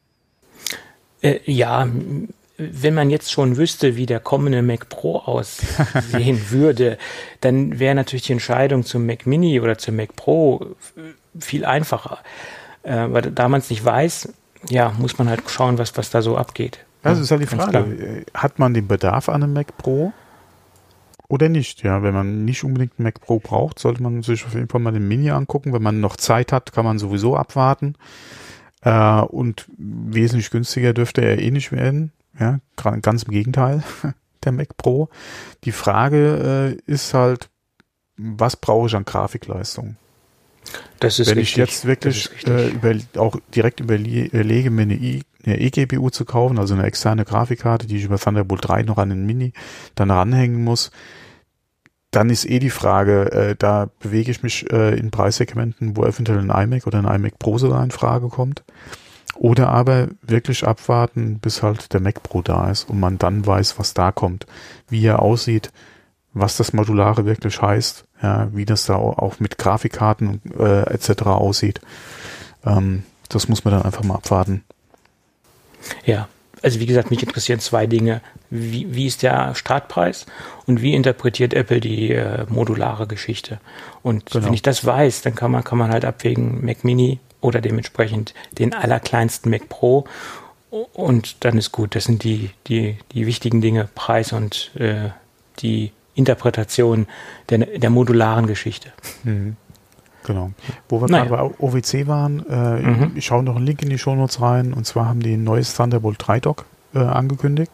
Ja. Äh, ja, wenn man jetzt schon wüsste, wie der kommende Mac Pro aussehen würde, dann wäre natürlich die Entscheidung zum Mac Mini oder zum Mac Pro viel einfacher. Äh, weil da man es nicht weiß, ja, muss man halt schauen, was, was da so abgeht.
Das ist halt die Frage. Hat man den Bedarf an einem Mac Pro oder nicht? Ja, wenn man nicht unbedingt einen Mac Pro braucht, sollte man sich auf jeden Fall mal den Mini angucken. Wenn man noch Zeit hat, kann man sowieso abwarten. Äh, und wesentlich günstiger dürfte er eh nicht werden. Ja, ganz im Gegenteil, der Mac Pro. Die Frage äh, ist halt, was brauche ich an Grafikleistung?
Das ist
Wenn
richtig.
ich jetzt wirklich äh, über, auch direkt überlege, mir eine, I, eine eGPU zu kaufen, also eine externe Grafikkarte, die ich über Thunderbolt drei noch an den Mini dann ranhängen muss, dann ist eh die Frage, äh, da bewege ich mich äh, in Preissegmenten, wo eventuell ein iMac oder ein iMac Pro sogar in Frage kommt. Oder aber wirklich abwarten, bis halt der Mac Pro da ist und man dann weiß, was da kommt, wie er aussieht, was das Modulare wirklich heißt, ja, wie das da auch mit Grafikkarten äh, et cetera aussieht. Ähm, das muss man dann einfach mal abwarten.
Ja, also wie gesagt, mich interessieren zwei Dinge. Wie, wie ist der Startpreis und wie interpretiert Apple die äh, modulare Geschichte? Und genau. Wenn ich das weiß, dann kann man, kann man halt abwägen, Mac Mini oder dementsprechend den allerkleinsten Mac Pro und dann ist gut. Das sind die, die, die wichtigen Dinge, Preis und äh, die Interpretation der, der modularen Geschichte.
Mhm. Genau. Wo wir
naja.
gerade bei O W C waren, äh, mhm. ich schaue noch einen Link in die Shownotes rein, und zwar haben die ein neues Thunderbolt drei Dock äh, angekündigt,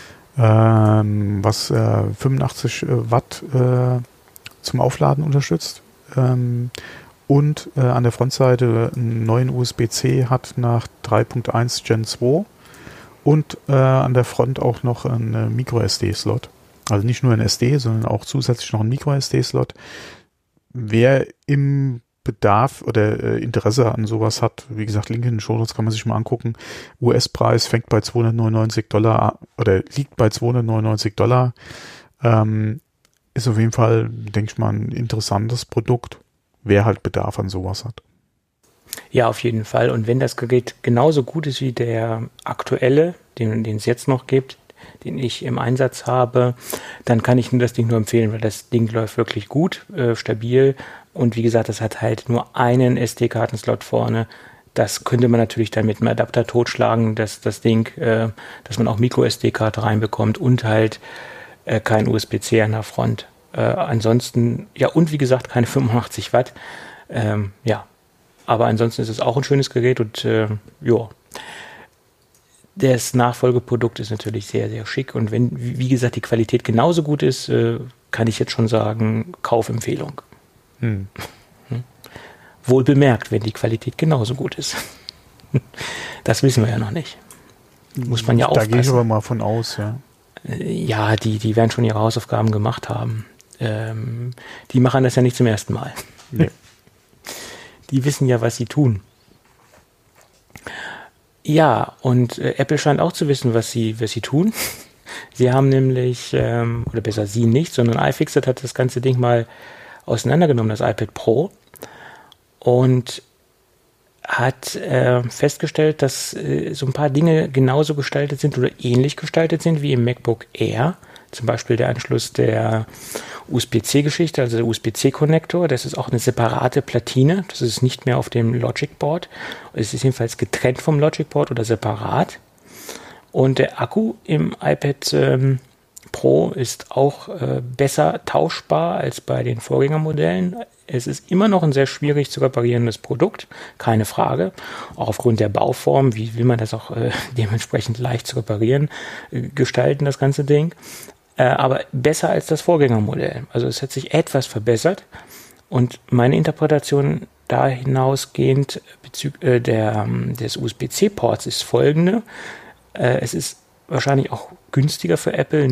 ähm, was äh, fünfundachtzig Watt äh, zum Aufladen unterstützt. Ähm, und äh, an der Frontseite einen neuen U S B C hat nach drei Punkt eins Gen zwei und äh, an der Front auch noch einen Micro-S D-Slot. Also nicht nur ein S D, sondern auch zusätzlich noch ein Micro-S D-Slot. Wer im Bedarf oder äh, Interesse an sowas hat, wie gesagt, Link in den Shownotes, kann man sich mal angucken. U S-Preis fängt bei zweihundertneunundneunzig Dollar oder liegt bei zweihundertneunundneunzig Dollar. Ähm, ist auf jeden Fall, denke ich mal, ein interessantes Produkt, wer halt Bedarf an sowas hat.
Ja, auf jeden Fall. Und wenn das Gerät genauso gut ist wie der aktuelle, den, den es jetzt noch gibt, den ich im Einsatz habe, dann kann ich nur das Ding nur empfehlen, weil das Ding läuft wirklich gut, äh, stabil. Und wie gesagt, das hat halt nur einen S D-Kartenslot vorne. Das könnte man natürlich dann mit einem Adapter totschlagen, dass das Ding, äh, dass man auch Micro-S D-Karte reinbekommt und halt äh, kein U S B C an der Front. Äh, ansonsten, ja, und wie gesagt, keine fünfundachtzig Watt. Ähm, ja, aber ansonsten ist es auch ein schönes Gerät und äh, ja. Das Nachfolgeprodukt ist natürlich sehr, sehr schick und wenn, wie gesagt, die Qualität genauso gut ist, äh, kann ich jetzt schon sagen, Kaufempfehlung. Hm. Hm. Wohl bemerkt, wenn die Qualität genauso gut ist. Das wissen wir ja noch nicht. Muss man ja aufpassen.
Da gehe ich aber mal von aus, ja.
Ja, die, die werden schon ihre Hausaufgaben gemacht haben. Ähm, die machen das ja nicht zum ersten Mal. Nee. Die wissen ja, was sie tun. Ja, und äh, Apple scheint auch zu wissen, was sie, was sie tun. Sie haben nämlich, ähm, oder besser sie nicht, sondern iFixit hat das ganze Ding mal auseinandergenommen, das iPad Pro, und hat äh, festgestellt, dass äh, so ein paar Dinge genauso gestaltet sind oder ähnlich gestaltet sind wie im MacBook Air. Zum Beispiel der Anschluss der U S B C-Geschichte, also der U S B C-Konnektor. Das ist auch eine separate Platine. Das ist nicht mehr auf dem Logic Board. Es ist jedenfalls getrennt vom Logic Board oder separat. Und der Akku im iPad ähm, Pro ist auch äh, besser tauschbar als bei den Vorgängermodellen. Es ist immer noch ein sehr schwierig zu reparierendes Produkt, keine Frage. Auch aufgrund der Bauform, wie will man das auch äh, dementsprechend leicht zu reparieren, äh, gestalten, das ganze Ding. Äh, aber besser als das Vorgängermodell. Also es hat sich etwas verbessert. Und meine Interpretation da hinausgehend bezüglich äh, der, des U S B C-Ports ist folgende. Äh, es ist wahrscheinlich auch günstiger für Apple, nur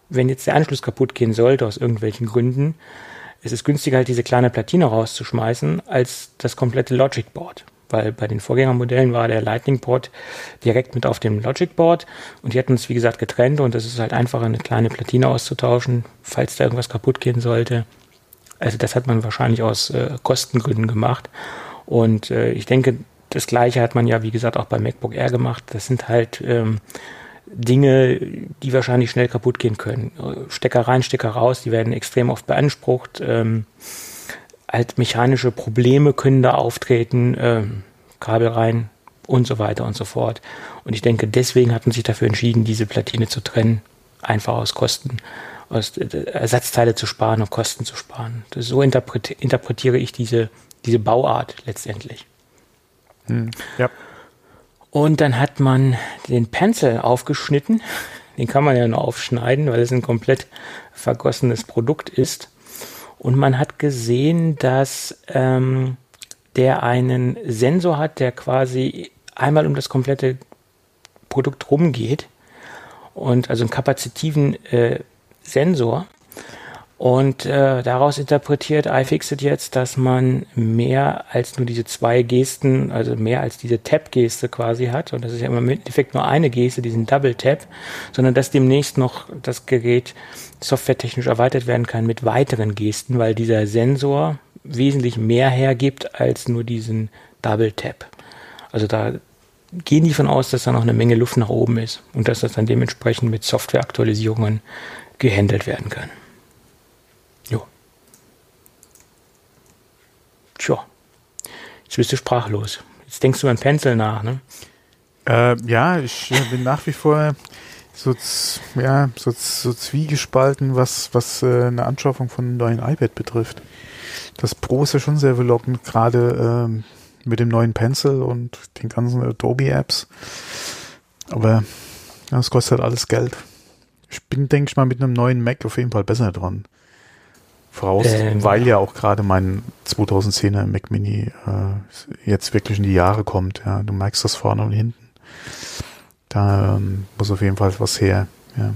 wenn jetzt der Anschluss kaputt gehen sollte, aus irgendwelchen Gründen, ist es günstiger, halt diese kleine Platine rauszuschmeißen, als das komplette Logic Board. Weil bei den Vorgängermodellen war der Lightning Port direkt mit auf dem Logic Board und die hatten uns, wie gesagt, getrennt und es ist halt einfacher, eine kleine Platine auszutauschen, falls da irgendwas kaputt gehen sollte. Also das hat man wahrscheinlich aus äh, Kostengründen gemacht und äh, ich denke, das Gleiche hat man ja, wie gesagt, auch beim MacBook Air gemacht. Das sind halt ähm, Dinge, die wahrscheinlich schnell kaputt gehen können. Stecker rein, Stecker raus, die werden extrem oft beansprucht. Ähm, halt mechanische Probleme können da auftreten, ähm, Kabel rein und so weiter und so fort. Und ich denke, deswegen hat man sich dafür entschieden, diese Platine zu trennen, einfach aus Kosten, aus äh, Ersatzteile zu sparen und Kosten zu sparen. Das, so interpreti- interpretiere ich diese, diese Bauart letztendlich.
Hm, ja.
Und dann hat man den Pencil aufgeschnitten. Den kann man ja nur aufschneiden, weil es ein komplett vergossenes Produkt ist. Und man hat gesehen, dass ähm, der einen Sensor hat, der quasi einmal um das komplette Produkt rumgeht. Und also einen kapazitiven äh, Sensor. Und äh, daraus interpretiert iFixit jetzt, dass man mehr als nur diese zwei Gesten, also mehr als diese Tap-Geste quasi hat. Und das ist ja im Endeffekt nur eine Geste, diesen Double-Tap, sondern dass demnächst noch das Gerät softwaretechnisch erweitert werden kann mit weiteren Gesten, weil dieser Sensor wesentlich mehr hergibt als nur diesen Double-Tap. Also da gehen die von aus, dass da noch eine Menge Luft nach oben ist und dass das dann dementsprechend mit Softwareaktualisierungen gehandelt werden kann. Jo. Tja. Jetzt bist du sprachlos. Jetzt denkst du an Pencil nach, ne?
Äh, ja, ich äh, bin nach wie vor so, z- ja, so, so zwiegespalten, was, was äh, eine Anschaffung von einem neuen iPad betrifft. Das Pro ist ja schon sehr verlockend, gerade ähm, mit dem neuen Pencil und den ganzen Adobe-Apps. Aber ja, es kostet halt alles Geld. Ich bin, denke ich mal, mit einem neuen Mac auf jeden Fall besser dran. Voraus, ähm, weil ja auch gerade mein zweitausendzehner Mac Mini äh, jetzt wirklich in die Jahre kommt. Ja, du merkst das vorne und hinten. Da ähm, muss auf jeden Fall was her. Ja.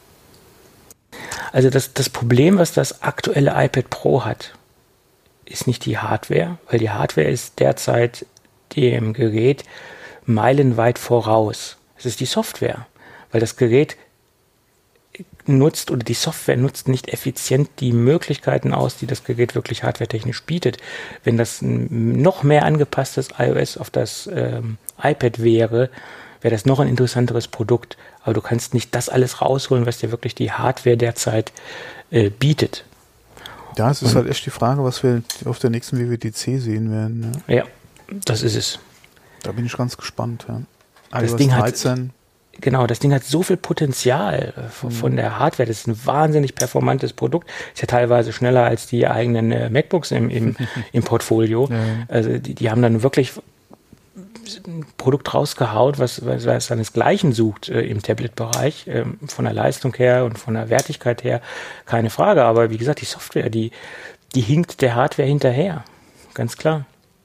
Also das, das Problem, was das aktuelle iPad Pro hat, ist nicht die Hardware, weil die Hardware ist derzeit dem Gerät meilenweit voraus. Es ist die Software, weil das Gerät nutzt oder die Software nutzt nicht effizient die Möglichkeiten aus, die das Gerät wirklich hardwaretechnisch bietet. Wenn das ein noch mehr angepasstes iOS auf das ähm, iPad wäre, wäre das noch ein interessanteres Produkt. Aber du kannst nicht das alles rausholen, was dir wirklich die Hardware derzeit äh, bietet.
Ja, es ist
Und,
halt echt die Frage, was wir auf der nächsten W W D C sehen werden. Ne?
Ja, das ist es.
Da bin ich ganz gespannt. Ja.
Das Ding dreizehn. Hat, genau, das Ding hat so viel Potenzial von, mhm. von der Hardware. Das ist ein wahnsinnig performantes Produkt. Ist ja teilweise schneller als die eigenen äh, MacBooks im, im, im Portfolio. Ja. Also die, die haben dann wirklich ein Produkt rausgehaut, was, was, was seinesgleichen sucht äh, im Tablet-Bereich, äh, von der Leistung her und von der Wertigkeit her, keine Frage. Aber wie gesagt, die Software, die, die hinkt der Hardware hinterher. Ganz klar.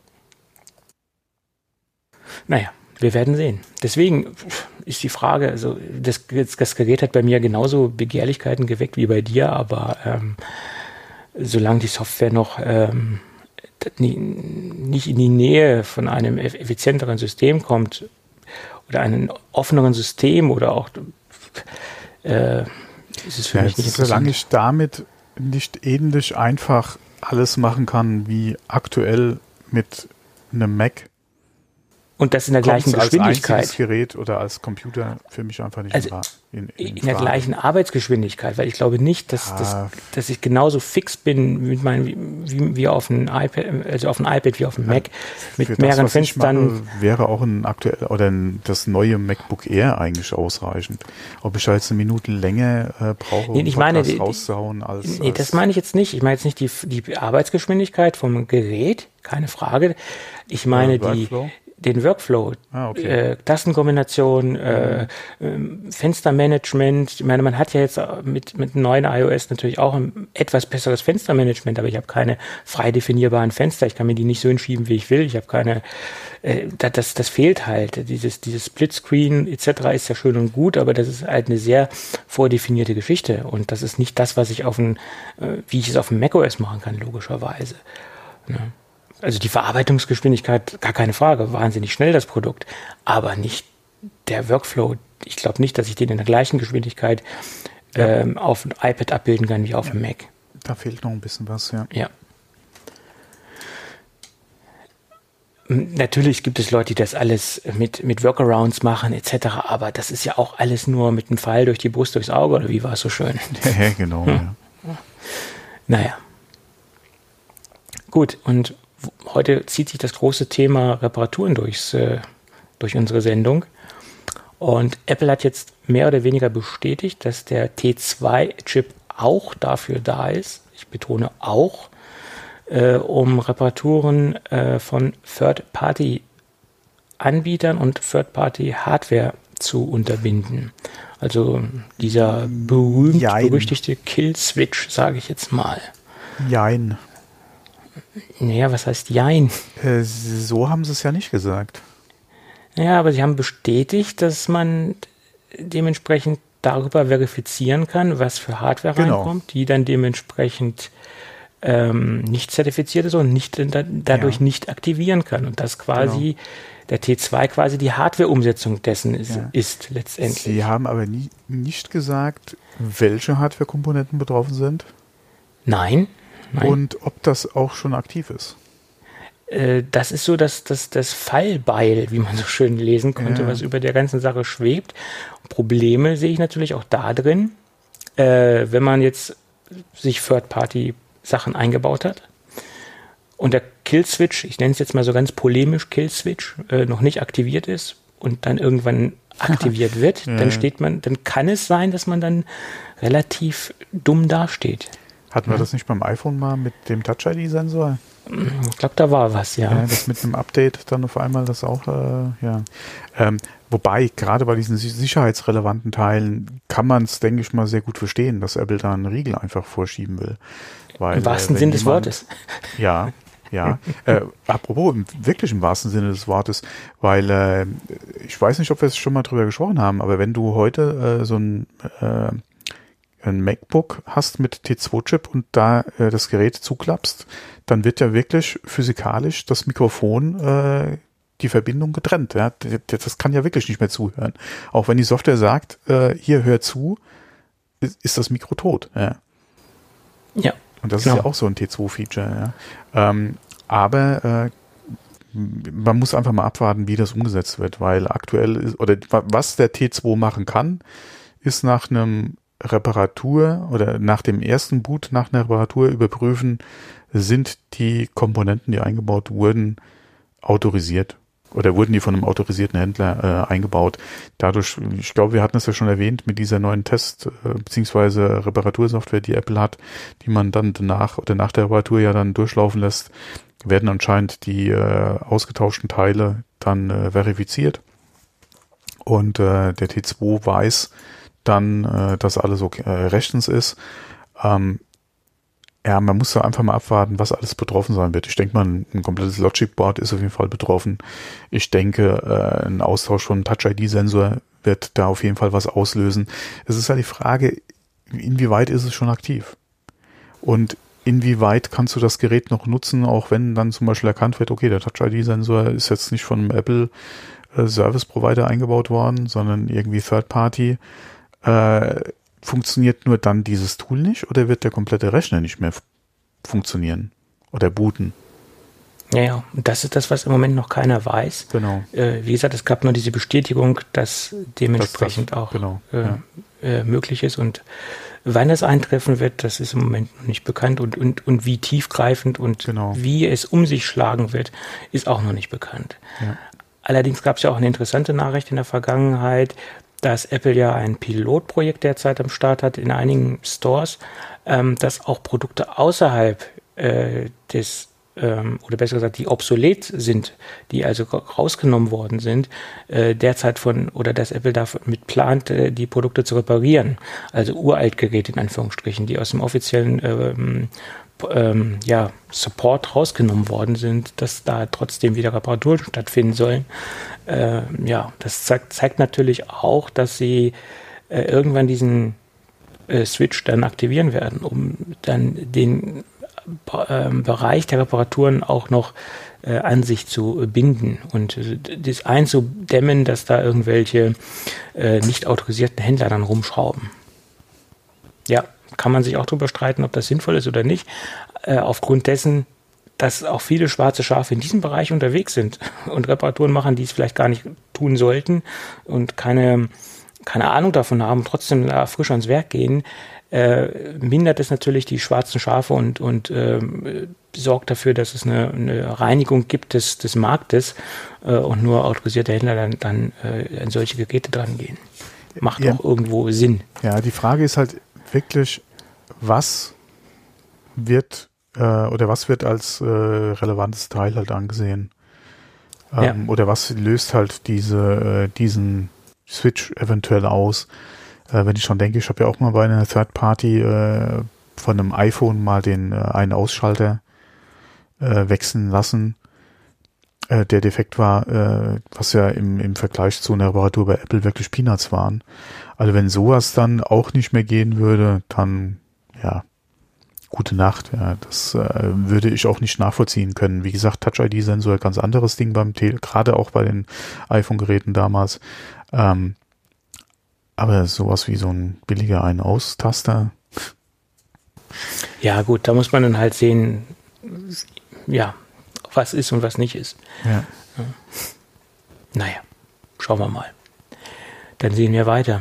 Naja, wir werden sehen. Deswegen ist die Frage, also das, das Gerät hat bei mir genauso Begehrlichkeiten geweckt wie bei dir, aber ähm, solange die Software noch ähm, nicht in die Nähe von einem effizienteren System kommt oder einem offeneren System oder auch äh, ist es für ja, mich nicht interessant.
Solange ich damit nicht ähnlich einfach alles machen kann wie aktuell mit einem Mac,
und das in der gleichen Geschwindigkeit.
Als Gerät oder als Computer für mich einfach nicht
also in, in, in der gleichen Arbeitsgeschwindigkeit, weil ich glaube nicht, dass, ja. dass, dass ich genauso fix bin mit meinem, wie, wie auf einem iPad, also auf einem iPad wie auf dem Mac, mit für mehreren das, was Fenstern.
Ich mache, wäre auch ein aktuell oder ein, das neue MacBook Air eigentlich ausreichend. Ob ich da jetzt eine Minute länger äh, brauche, um
nee, ich meine,
das rauszuhauen als.
Nee,
als
das meine ich jetzt nicht. Ich meine jetzt nicht die, die Arbeitsgeschwindigkeit vom Gerät, keine Frage. Ich meine die. den Workflow,
ah, okay.
äh, Tastenkombination, äh, äh, Fenstermanagement. Ich meine, man hat ja jetzt mit mit neuen iOS natürlich auch ein etwas besseres Fenstermanagement, aber ich habe keine frei definierbaren Fenster. Ich kann mir die nicht so hinschieben, wie ich will. Ich habe keine, äh, das das fehlt halt. Dieses dieses Splitscreen et cetera ist ja schön und gut, aber das ist halt eine sehr vordefinierte Geschichte und das ist nicht das, was ich auf ein, äh, wie ich es auf dem macOS machen kann, logischerweise. Ja. Also die Verarbeitungsgeschwindigkeit, gar keine Frage, wahnsinnig schnell das Produkt, aber nicht der Workflow. Ich glaube nicht, dass ich den in der gleichen Geschwindigkeit ja. ähm, auf dem iPad abbilden kann wie auf ja. dem Mac.
Da fehlt noch ein bisschen was, ja.
Ja. Natürlich gibt es Leute, die das alles mit, mit Workarounds machen et cetera, aber das ist ja auch alles nur mit einem Pfeil durch die Brust, durchs Auge, oder wie war es so schön?
Ja, genau. Hm.
Ja. Naja. Gut, und heute zieht sich das große Thema Reparaturen durchs, äh, durch unsere Sendung. Und Apple hat jetzt mehr oder weniger bestätigt, dass der T zwei Chip auch dafür da ist, ich betone auch, äh, um Reparaturen äh, von Third-Party-Anbietern und Third-Party-Hardware zu unterbinden. Also dieser berühmt-berüchtigte Kill-Switch, sage ich jetzt mal.
Jein.
Naja, was heißt Jein?
Äh, so haben sie es ja nicht gesagt.
Ja, aber sie haben bestätigt, dass man dementsprechend darüber verifizieren kann, was für Hardware genau. reinkommt, die dann dementsprechend ähm, nicht zertifiziert ist und nicht, da, dadurch ja. nicht aktivieren kann. Und das quasi genau. der T zwei quasi die Hardware-Umsetzung dessen ist, ja. ist letztendlich.
Sie haben aber nie, nicht gesagt, welche Hardware-Komponenten betroffen sind?
Nein. Nein.
Und ob das auch schon aktiv ist?
Äh, das ist so das, das, das Fallbeil, wie man so schön lesen konnte, ja. was über der ganzen Sache schwebt. Probleme sehe ich natürlich auch da drin, äh, wenn man jetzt sich Third-Party-Sachen eingebaut hat und der Kill-Switch, ich nenne es jetzt mal so ganz polemisch Kill-Switch, äh, noch nicht aktiviert ist und dann irgendwann aktiviert wird, ja. dann steht man, dann kann es sein, dass man dann relativ dumm dasteht.
Hatten wir ja. das nicht beim iPhone mal mit dem Touch-I D-Sensor?
Ich glaube, da war was, ja.
ja. Das mit einem Update dann auf einmal das auch, äh, ja. Ähm, wobei, gerade bei diesen sicherheitsrelevanten Teilen kann man es, denke ich mal, sehr gut verstehen, dass Apple da einen Riegel einfach vorschieben will. Weil,
Im wahrsten
äh,
Sinn des
jemand,
Wortes.
Ja, ja. äh, apropos, im, wirklich im wahrsten Sinne des Wortes, weil äh, ich weiß nicht, ob wir es schon mal drüber gesprochen haben, aber wenn du heute äh, so ein äh, ein MacBook hast mit T zwei Chip und da äh, das Gerät zuklappst, dann wird ja wirklich physikalisch das Mikrofon, äh, die Verbindung getrennt. Ja? Das kann ja wirklich nicht mehr zuhören. Auch wenn die Software sagt, äh, hier hör zu, ist, ist das Mikro tot. Ja.
ja
und das
genau.
ist ja auch so ein T zwei Feature. Ja? Ähm, aber äh, man muss einfach mal abwarten, wie das umgesetzt wird, weil aktuell ist, oder was der T zwei machen kann, ist nach einem Reparatur oder nach dem ersten Boot nach einer Reparatur überprüfen, sind die Komponenten, die eingebaut wurden, autorisiert oder wurden die von einem autorisierten Händler äh, eingebaut. Dadurch, ich glaube, wir hatten es ja schon erwähnt, mit dieser neuen Test- äh, bzw. Reparatursoftware, die Apple hat, die man dann danach oder nach der Reparatur ja dann durchlaufen lässt, werden anscheinend die äh, ausgetauschten Teile dann äh, verifiziert und äh, der T zwei weiß dann, äh, dass alles okay, äh, rechtens ist. Ähm, ja, man muss da einfach mal abwarten, was alles betroffen sein wird. Ich denke mal, ein, ein komplettes Logic-Board ist auf jeden Fall betroffen. Ich denke, äh, ein Austausch von Touch-I D-Sensor wird da auf jeden Fall was auslösen. Es ist halt die Frage, inwieweit ist es schon aktiv? Und inwieweit kannst du das Gerät noch nutzen, auch wenn dann zum Beispiel erkannt wird, okay, der Touch-I D-Sensor ist jetzt nicht von einem Apple äh, Service Provider eingebaut worden, sondern irgendwie Third-Party. Äh, funktioniert nur dann dieses Tool nicht oder wird der komplette Rechner nicht mehr f- funktionieren oder booten?
Ja, ja, und das ist das, was im Moment noch keiner weiß.
Genau.
Äh, wie gesagt, es gab nur diese Bestätigung, dass dementsprechend
das, das,
auch
genau,
äh,
ja.
äh, möglich ist und wann es eintreffen wird, das ist im Moment noch nicht bekannt und, und, und wie tiefgreifend und
genau.
wie es um sich schlagen wird, ist auch noch nicht bekannt.
Ja.
Allerdings gab es ja auch eine interessante Nachricht in der Vergangenheit, dass Apple ja ein Pilotprojekt derzeit am Start hat in einigen Stores, ähm, dass auch Produkte außerhalb äh, des ähm, oder besser gesagt, die obsolet sind, die also rausgenommen worden sind, äh, derzeit von, oder dass Apple damit plant, äh, die Produkte zu reparieren. Also Uraltgeräte in Anführungsstrichen, die aus dem offiziellen ähm, ähm, ja, Support rausgenommen worden sind, dass da trotzdem wieder Reparaturen stattfinden sollen. Äh, ja, das zeigt, zeigt natürlich auch, dass sie äh, irgendwann diesen äh, Switch dann aktivieren werden, um dann den äh, Bereich der Reparaturen auch noch äh, an sich zu binden und äh, das einzudämmen, dass da irgendwelche äh, nicht autorisierten Händler dann rumschrauben. Ja, kann man sich auch darüber streiten, ob das sinnvoll ist oder nicht, äh, aufgrund dessen, dass auch viele schwarze Schafe in diesem Bereich unterwegs sind und Reparaturen machen, die es vielleicht gar nicht tun sollten und keine, keine Ahnung davon haben, trotzdem da frisch ans Werk gehen, äh, mindert es natürlich die schwarzen Schafe und, und äh, sorgt dafür, dass es eine, eine Reinigung gibt des, des Marktes äh, und nur autorisierte Händler dann, dann äh, an solche Geräte dran gehen. Macht ja auch irgendwo Sinn.
Ja, die Frage ist halt wirklich, was wird äh, oder was wird als äh, relevantes Teil halt angesehen? Ähm, ja. Oder was löst halt diese, äh, diesen Switch eventuell aus? Äh, wenn ich schon denke, ich habe ja auch mal bei einer Third Party äh, von einem iPhone mal den äh, einen Ausschalter äh, wechseln lassen, äh, der defekt war, äh, was ja im, im Vergleich zu einer Reparatur bei Apple wirklich Peanuts waren. Also wenn sowas dann auch nicht mehr gehen würde, dann, ja, gute Nacht. Ja, das äh, würde ich auch nicht nachvollziehen können. Wie gesagt, Touch-I D-Sensor, ganz anderes Ding beim Tele, gerade auch bei den iPhone-Geräten damals. Ähm, aber sowas wie so ein billiger Ein-Aus-Taster.
Ja gut, da muss man dann halt sehen, ja, was ist und was nicht ist.
Ja.
Ja. Naja, schauen wir mal. Dann sehen wir weiter.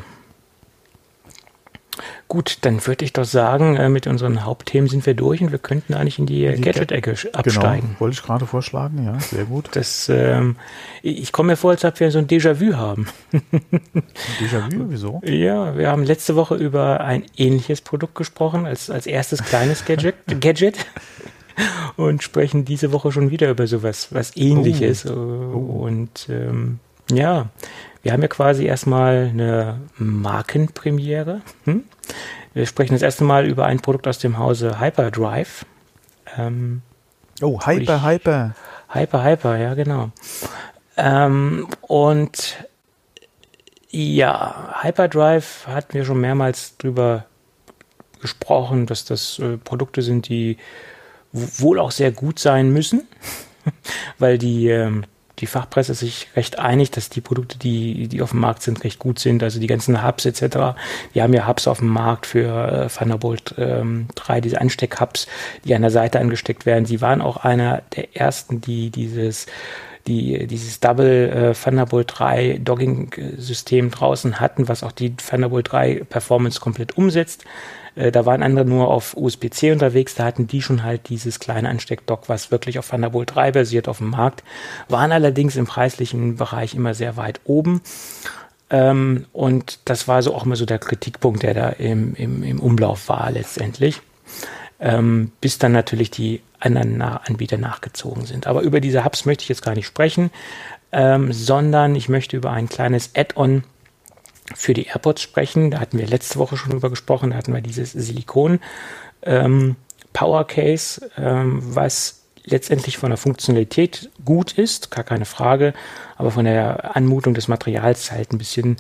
Gut, dann würde ich doch sagen, äh, mit unseren Hauptthemen sind wir durch und wir könnten eigentlich in die, die Gadget-Ecke absteigen.
Genau, wollte ich gerade vorschlagen, ja, sehr gut.
Das, ähm, ich komme mir vor, als ob wir so ein Déjà-vu haben.
Déjà-vu, wieso?
Ja, wir haben letzte Woche über ein ähnliches Produkt gesprochen, als, als erstes kleines Gadget, Gadget und sprechen diese Woche schon wieder über sowas, was Ähnliches. Oh. Oh. Und ähm, ja, wir haben ja quasi erstmal eine Markenpremiere. Hm? Wir sprechen das erste Mal über ein Produkt aus dem Hause Hyperdrive. Ähm,
oh, Hyper, ich, Hyper.
Hyper, Hyper, ja, genau. Ähm, und ja, Hyperdrive hatten wir schon mehrmals drüber gesprochen, dass das äh, Produkte sind, die wohl auch sehr gut sein müssen, weil die ähm, die Fachpresse sich recht einig, dass die Produkte, die, die auf dem Markt sind, recht gut sind. Also die ganzen Hubs et cetera. Die haben ja Hubs auf dem Markt für äh, Thunderbolt ähm, drei, diese Ansteck-Hubs, die an der Seite angesteckt werden. Sie waren auch einer der ersten, die dieses, die, dieses Double äh, Thunderbolt drei Dogging-System draußen hatten, was auch die Thunderbolt drei Performance komplett umsetzt. Da waren andere nur auf U S B C unterwegs, da hatten die schon halt dieses kleine Ansteckdock, was wirklich auf Thunderbolt drei basiert auf dem Markt, waren allerdings im preislichen Bereich immer sehr weit oben. Ähm, und das war so auch immer so der Kritikpunkt, der da im, im, im Umlauf war letztendlich, ähm, bis dann natürlich die anderen Na- Anbieter nachgezogen sind. Aber über diese Hubs möchte ich jetzt gar nicht sprechen, ähm, sondern ich möchte über ein kleines Add-on für die AirPods sprechen. Da hatten wir letzte Woche schon drüber gesprochen. Da hatten wir dieses Silikon ähm, Power Case, ähm, was letztendlich von der Funktionalität gut ist, gar keine Frage, aber von der Anmutung des Materials halt ein bisschen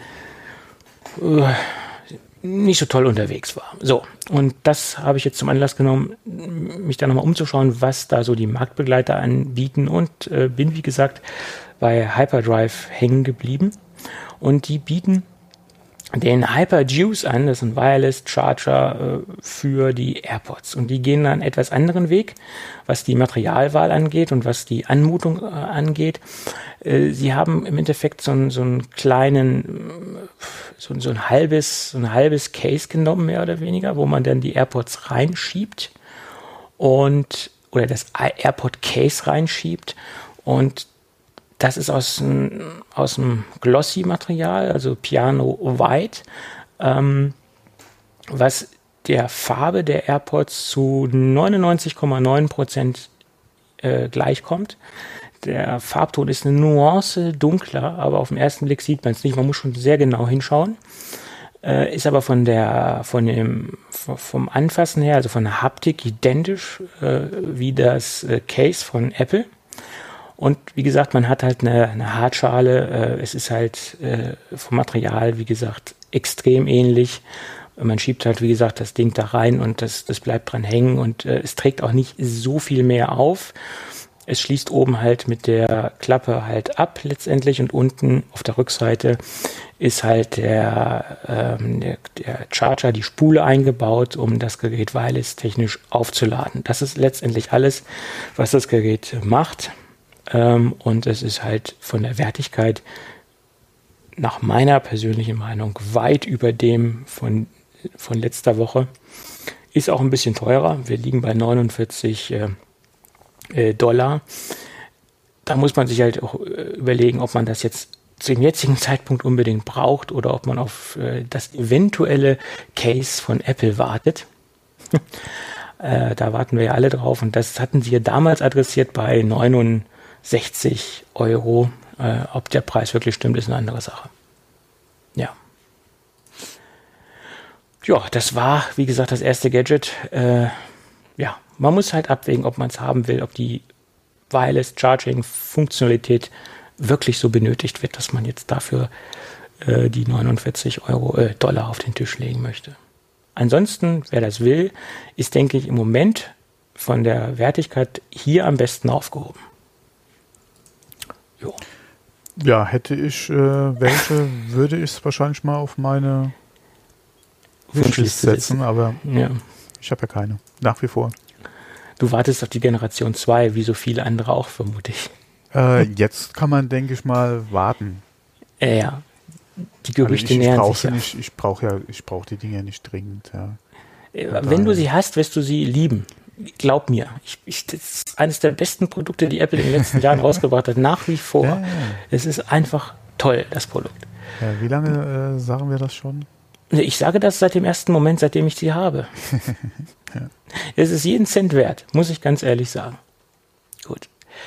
äh, nicht so toll unterwegs war. So, und das habe ich jetzt zum Anlass genommen, mich da nochmal umzuschauen, was da so die Marktbegleiter anbieten und äh, bin, wie gesagt, bei Hyperdrive hängen geblieben. Und die bieten den HyperJuice an, das ist ein Wireless Charger äh, für die AirPods. Und die gehen einen etwas anderen Weg, was die Materialwahl angeht und was die Anmutung äh, angeht. Äh, sie haben im Endeffekt so, ein, so einen kleinen, so, so ein halbes, so ein halbes Case genommen, mehr oder weniger, wo man dann die AirPods reinschiebt und oder das AirPod Case reinschiebt und das ist aus, aus dem Glossy-Material, also Piano White, ähm, was der Farbe der AirPods zu neunundneunzig Komma neun Prozent äh, gleichkommt. Der Farbton ist eine Nuance dunkler, aber auf den ersten Blick sieht man es nicht. Man muss schon sehr genau hinschauen. Äh, ist aber von der, von dem, vom Anfassen her, also von der Haptik identisch äh, wie das äh, Case von Apple. Und wie gesagt, man hat halt eine, eine Hartschale. Äh, es ist halt äh, vom Material, wie gesagt, extrem ähnlich. Man schiebt halt, wie gesagt, das Ding da rein und das, das bleibt dran hängen. Und äh, es trägt auch nicht so viel mehr auf. Es schließt oben halt mit der Klappe halt ab letztendlich und unten auf der Rückseite ist halt der, ähm, der, der Charger, die Spule eingebaut, um das Gerät wireless technisch aufzuladen. Das ist letztendlich alles, was das Gerät macht. Ähm, und es ist halt von der Wertigkeit nach meiner persönlichen Meinung weit über dem von, von letzter Woche. Ist auch ein bisschen teurer. Wir liegen bei neunundvierzig äh, Dollar. Da muss man sich halt auch überlegen, ob man das jetzt zum jetzigen Zeitpunkt unbedingt braucht oder ob man auf äh, das eventuelle Case von Apple wartet. äh, da warten wir ja alle drauf und das hatten sie ja damals adressiert bei neunundsechzig Euro. Äh, ob der Preis wirklich stimmt, ist eine andere Sache. Ja. Ja, das war, wie gesagt, das erste Gadget. Äh, ja, man muss halt abwägen, ob man es haben will, ob die Wireless Charging Funktionalität wirklich so benötigt wird, dass man jetzt dafür äh, die neunundvierzig Euro, äh, Dollar auf den Tisch legen möchte. Ansonsten, wer das will, ist, denke ich, im Moment von der Wertigkeit hier am besten aufgehoben. Jo.
Ja, hätte ich äh, welche, würde ich es wahrscheinlich mal auf meine Wunschliste setzen, aber ja. Ich habe ja keine, nach wie vor.
Du wartest auf die Generation zwei, wie so viele andere auch, vermute ich.
Äh, jetzt kann man, denke ich mal, warten.
Äh, ja, die Gerüchte
also ich,
nähern
ich
sich ja.
Nicht, ich brauche ja, ich brauche die Dinge nicht dringend. Ja.
Äh, wenn du sie hast, wirst du sie lieben. Glaub mir, ich, ich, das ist eines der besten Produkte, die Apple in den letzten Jahren rausgebracht hat, nach wie vor. Ja, ja. Es ist einfach toll, das Produkt.
Ja, wie lange äh, sagen wir das schon?
Ich sage das seit dem ersten Moment, seitdem ich sie habe. Ja. Es ist jeden Cent wert, muss ich ganz ehrlich sagen. Gut.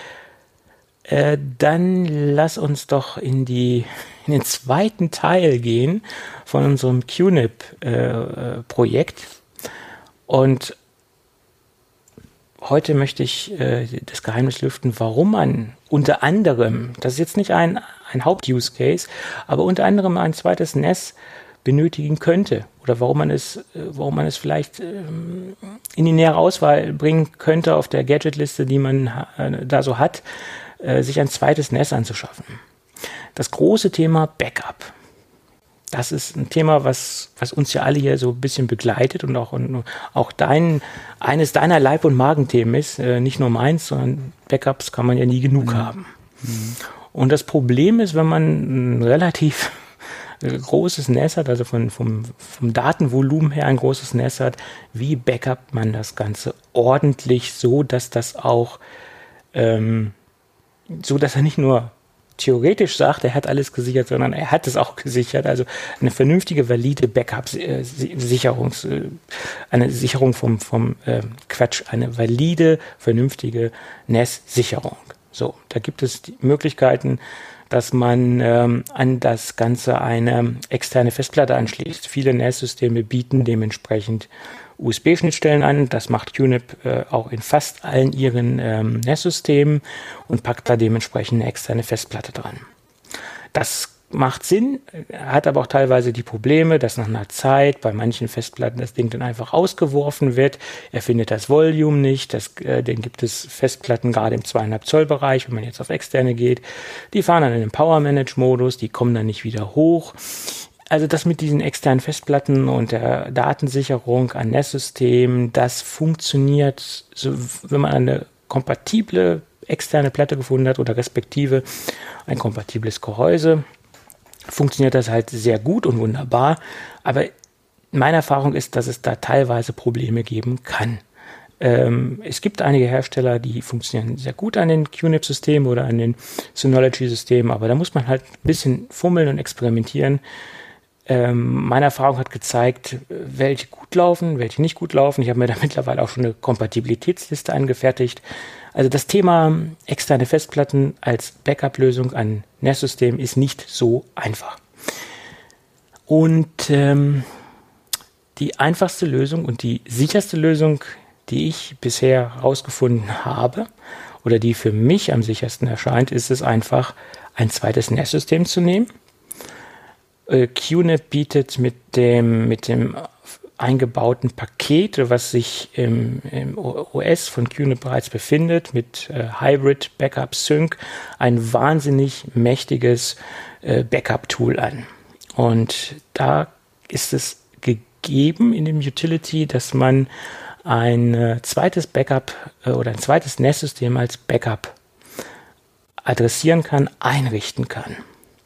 Äh, dann lass uns doch in, die, in den zweiten Teil gehen von unserem Q N I P-Projekt. Äh, Und heute möchte ich äh, das Geheimnis lüften, warum man unter anderem, das ist jetzt nicht ein, ein Haupt-Use-Case, aber unter anderem ein zweites N E S benötigen könnte oder warum man es, warum man es vielleicht ähm, in die nähere Auswahl bringen könnte auf der Gadget-Liste, die man äh, da so hat, äh, sich ein zweites N E S anzuschaffen. Das große Thema Backup. Das ist ein Thema, was, was uns ja alle hier so ein bisschen begleitet und auch, und auch dein, eines deiner Leib- und Magenthemen ist, äh, nicht nur meins, sondern Backups kann man ja nie genug mhm. haben. Mhm. Und das Problem ist, wenn man ein relativ großes N E S hat, also von, vom, vom Datenvolumen her ein großes N E S hat, wie backupt man das Ganze ordentlich so, dass das auch, ähm, so dass er nicht nur theoretisch sagt, er hat alles gesichert, sondern er hat es auch gesichert, also eine vernünftige, valide Backup-Sicherungs, äh, eine Sicherung vom, vom äh, Quatsch, eine valide, vernünftige N E S-Sicherung. So, da gibt es die Möglichkeiten, dass man ähm, an das Ganze eine externe Festplatte anschließt. Viele N E S-Systeme bieten dementsprechend U S B-Schnittstellen an. Das macht Q N I P äh, auch in fast allen ihren ähm, N E S-Systemen und packt da dementsprechend eine externe Festplatte dran. Das macht Sinn, hat aber auch teilweise die Probleme, dass nach einer Zeit bei manchen Festplatten das Ding dann einfach ausgeworfen wird. Er findet das Volume nicht. Das, äh, dann gibt es Festplatten gerade im zwei Komma fünf Zoll Bereich, wenn man jetzt auf externe geht. Die fahren dann in den Power-Manage-Modus, die kommen dann nicht wieder hoch. Also das mit diesen externen Festplatten und der Datensicherung an N E S-Systemen, das funktioniert, so, wenn man eine kompatible externe Platte gefunden hat oder respektive ein kompatibles Gehäuse, funktioniert das halt sehr gut und wunderbar. Aber meine Erfahrung ist, dass es da teilweise Probleme geben kann. Ähm, es gibt einige Hersteller, die funktionieren sehr gut an den Q N I P-Systemen oder an den Synology-Systemen, aber da muss man halt ein bisschen fummeln und experimentieren. Ähm, meine Erfahrung hat gezeigt, welche gut laufen, welche nicht gut laufen. Ich habe mir da mittlerweile auch schon eine Kompatibilitätsliste angefertigt. Also das Thema externe Festplatten als Backup-Lösung an N A S-Systemen ist nicht so einfach. Und ähm, die einfachste Lösung und die sicherste Lösung, die ich bisher herausgefunden habe oder die für mich am sichersten erscheint, ist es einfach, ein zweites N A S-System zu nehmen. Äh, Q N A B bietet mit dem, mit dem eingebauten Paket, was sich im, im O S von Q N A B bereits befindet, mit äh, Hybrid Backup Sync, ein wahnsinnig mächtiges äh, Backup-Tool an. Und da ist es gegeben in dem Utility, dass man ein äh, zweites Backup äh, oder ein zweites N A S-System als Backup adressieren kann, einrichten kann.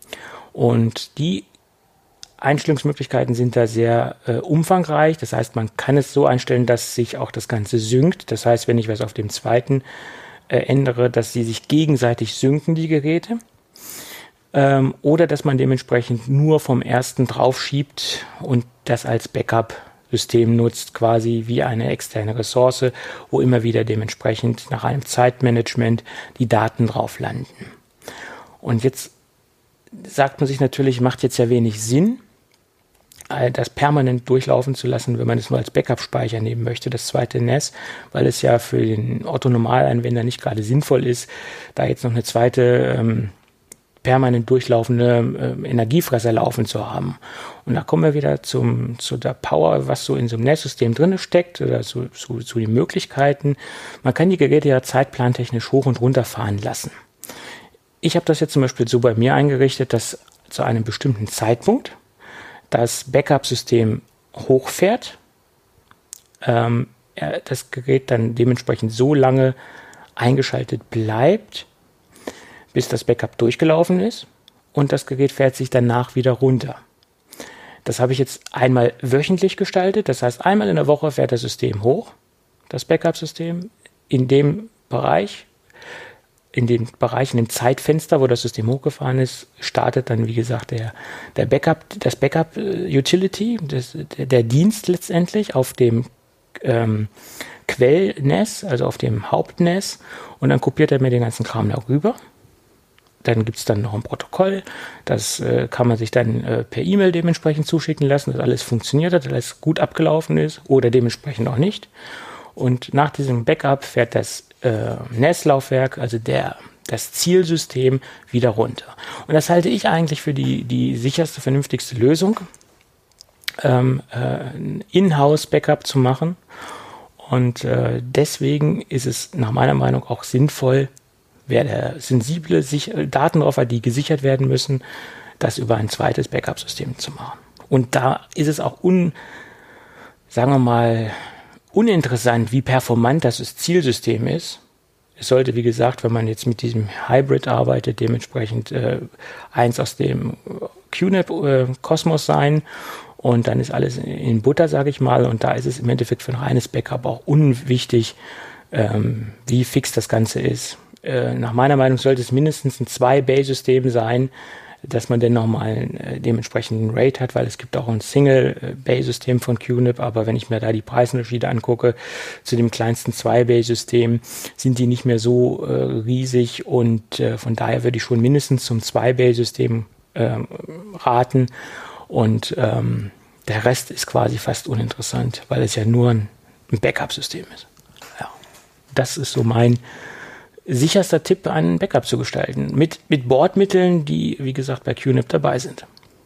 Und die Einstellungsmöglichkeiten sind da sehr äh, umfangreich. Das heißt, man kann es so einstellen, dass sich auch das Ganze synkt. Das heißt, wenn ich was auf dem zweiten äh, ändere, dass sie sich gegenseitig synken, die Geräte. Ähm, oder dass man dementsprechend nur vom ersten drauf schiebt und das als Backup-System nutzt, quasi wie eine externe Ressource, wo immer wieder dementsprechend nach einem Zeitmanagement die Daten drauf landen. Und jetzt sagt man sich natürlich, macht jetzt ja wenig Sinn, das permanent durchlaufen zu lassen, wenn man es nur als Backup-Speicher nehmen möchte, das zweite N A S, weil es ja für den Otto-Normalanwender nicht gerade sinnvoll ist, da jetzt noch eine zweite ähm, permanent durchlaufende äh, Energiefresser laufen zu haben. Und da kommen wir wieder zum, zu der Power, was so in so einem N A S-System drin steckt, oder zu, zu, zu den Möglichkeiten. Man kann die Geräte ja zeitplantechnisch hoch und runter fahren lassen. Ich habe das jetzt zum Beispiel so bei mir eingerichtet, dass zu einem bestimmten Zeitpunkt das Backup-System hochfährt, ähm, das Gerät dann dementsprechend so lange eingeschaltet bleibt, bis das Backup durchgelaufen ist, und das Gerät fährt sich danach wieder runter. Das habe ich jetzt einmal wöchentlich gestaltet, das heißt, einmal in der Woche fährt das System hoch, das Backup-System, in dem Bereich, in dem Bereich, in dem Zeitfenster, wo das System hochgefahren ist, startet dann, wie gesagt, der, der Backup, das Backup-Utility, das, der, der Dienst letztendlich auf dem ähm, Quell-N A S, also auf dem Haupt-N A S, und dann kopiert er mir den ganzen Kram darüber. Dann gibt es dann noch ein Protokoll, das äh, kann man sich dann äh, per E-Mail dementsprechend zuschicken lassen, dass alles funktioniert hat, dass alles gut abgelaufen ist oder dementsprechend auch nicht. Und nach diesem Backup fährt das äh, N A S-Laufwerk, also der, das Zielsystem, wieder runter. Und das halte ich eigentlich für die, die sicherste, vernünftigste Lösung, ähm, äh, ein In-House-Backup zu machen. Und äh, deswegen ist es nach meiner Meinung auch sinnvoll, wer der sensible sich, Daten drauf hat, die gesichert werden müssen, das über ein zweites Backup-System zu machen. Und da ist es auch un, sagen wir mal, uninteressant, wie performant das Zielsystem ist. Es sollte, wie gesagt, wenn man jetzt mit diesem Hybrid arbeitet, dementsprechend äh, eins aus dem Q N A B-Kosmos äh, sein, und dann ist alles in Butter, sage ich mal, und da ist es im Endeffekt für ein reines Backup auch unwichtig, ähm, wie fix das Ganze ist. Äh, nach meiner Meinung sollte es mindestens ein zwei-Bay-System sein, dass man dann nochmal äh, dementsprechend einen RAID hat, weil es gibt auch ein Single-Bay-System von Q N A B, aber wenn ich mir da die Preisunterschiede angucke, zu dem kleinsten zwei-Bay-System sind die nicht mehr so äh, riesig, und äh, von daher würde ich schon mindestens zum zwei-Bay-System äh, raten, und ähm, der Rest ist quasi fast uninteressant, weil es ja nur ein, ein Backup-System ist. Ja. Das ist so mein sicherster Tipp, einen Backup zu gestalten. Mit, mit Bordmitteln, die, wie gesagt, bei Q N A B dabei sind.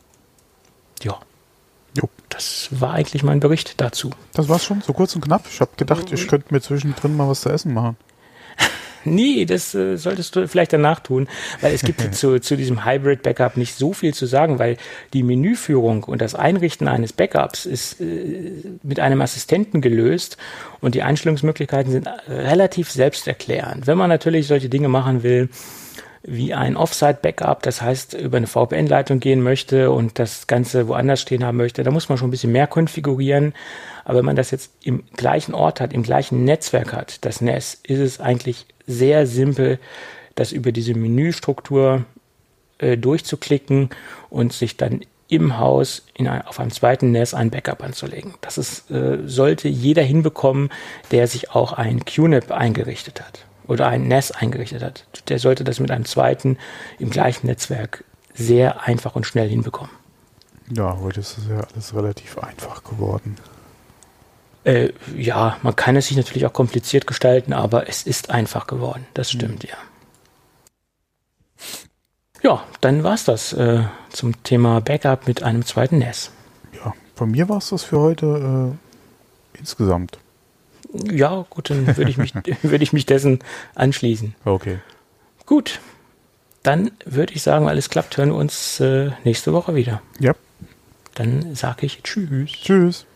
Ja. Jo. Das war eigentlich mein Bericht dazu.
Das war's schon, so kurz und knapp. Ich habe gedacht, ich könnte mir zwischendrin mal was zu essen machen.
Nee, das äh, solltest du vielleicht danach tun, weil es gibt zu, zu diesem Hybrid-Backup nicht so viel zu sagen, weil die Menüführung und das Einrichten eines Backups ist äh, mit einem Assistenten gelöst, und die Einstellungsmöglichkeiten sind relativ selbsterklärend. Wenn man natürlich solche Dinge machen will, wie ein Offsite-Backup, das heißt über eine V P N-Leitung gehen möchte und das Ganze woanders stehen haben möchte, da muss man schon ein bisschen mehr konfigurieren. Aber wenn man das jetzt im gleichen Ort hat, im gleichen Netzwerk hat, das N A S, ist es eigentlich sehr simpel, das über diese Menüstruktur äh, durchzuklicken und sich dann im Haus in ein, auf einem zweiten N A S ein Backup anzulegen. Das ist, äh, sollte jeder hinbekommen, der sich auch ein Q N A B eingerichtet hat. oder ein N A S eingerichtet hat, der sollte das mit einem zweiten im gleichen Netzwerk sehr einfach und schnell hinbekommen.
Ja, heute ist es ja alles relativ einfach geworden.
Äh, ja, man kann es sich natürlich auch kompliziert gestalten, aber es ist einfach geworden. Das stimmt, mhm. ja. Ja, dann war's das äh, zum Thema Backup mit einem zweiten N A S.
Ja, von mir war's das für heute äh, insgesamt.
Ja, gut, dann würde ich mich, würde ich mich dessen anschließen.
Okay.
Gut, dann würde ich sagen, alles klappt, hören wir uns äh, nächste Woche wieder.
Ja.
Dann sage ich Tschüss.
Tschüss.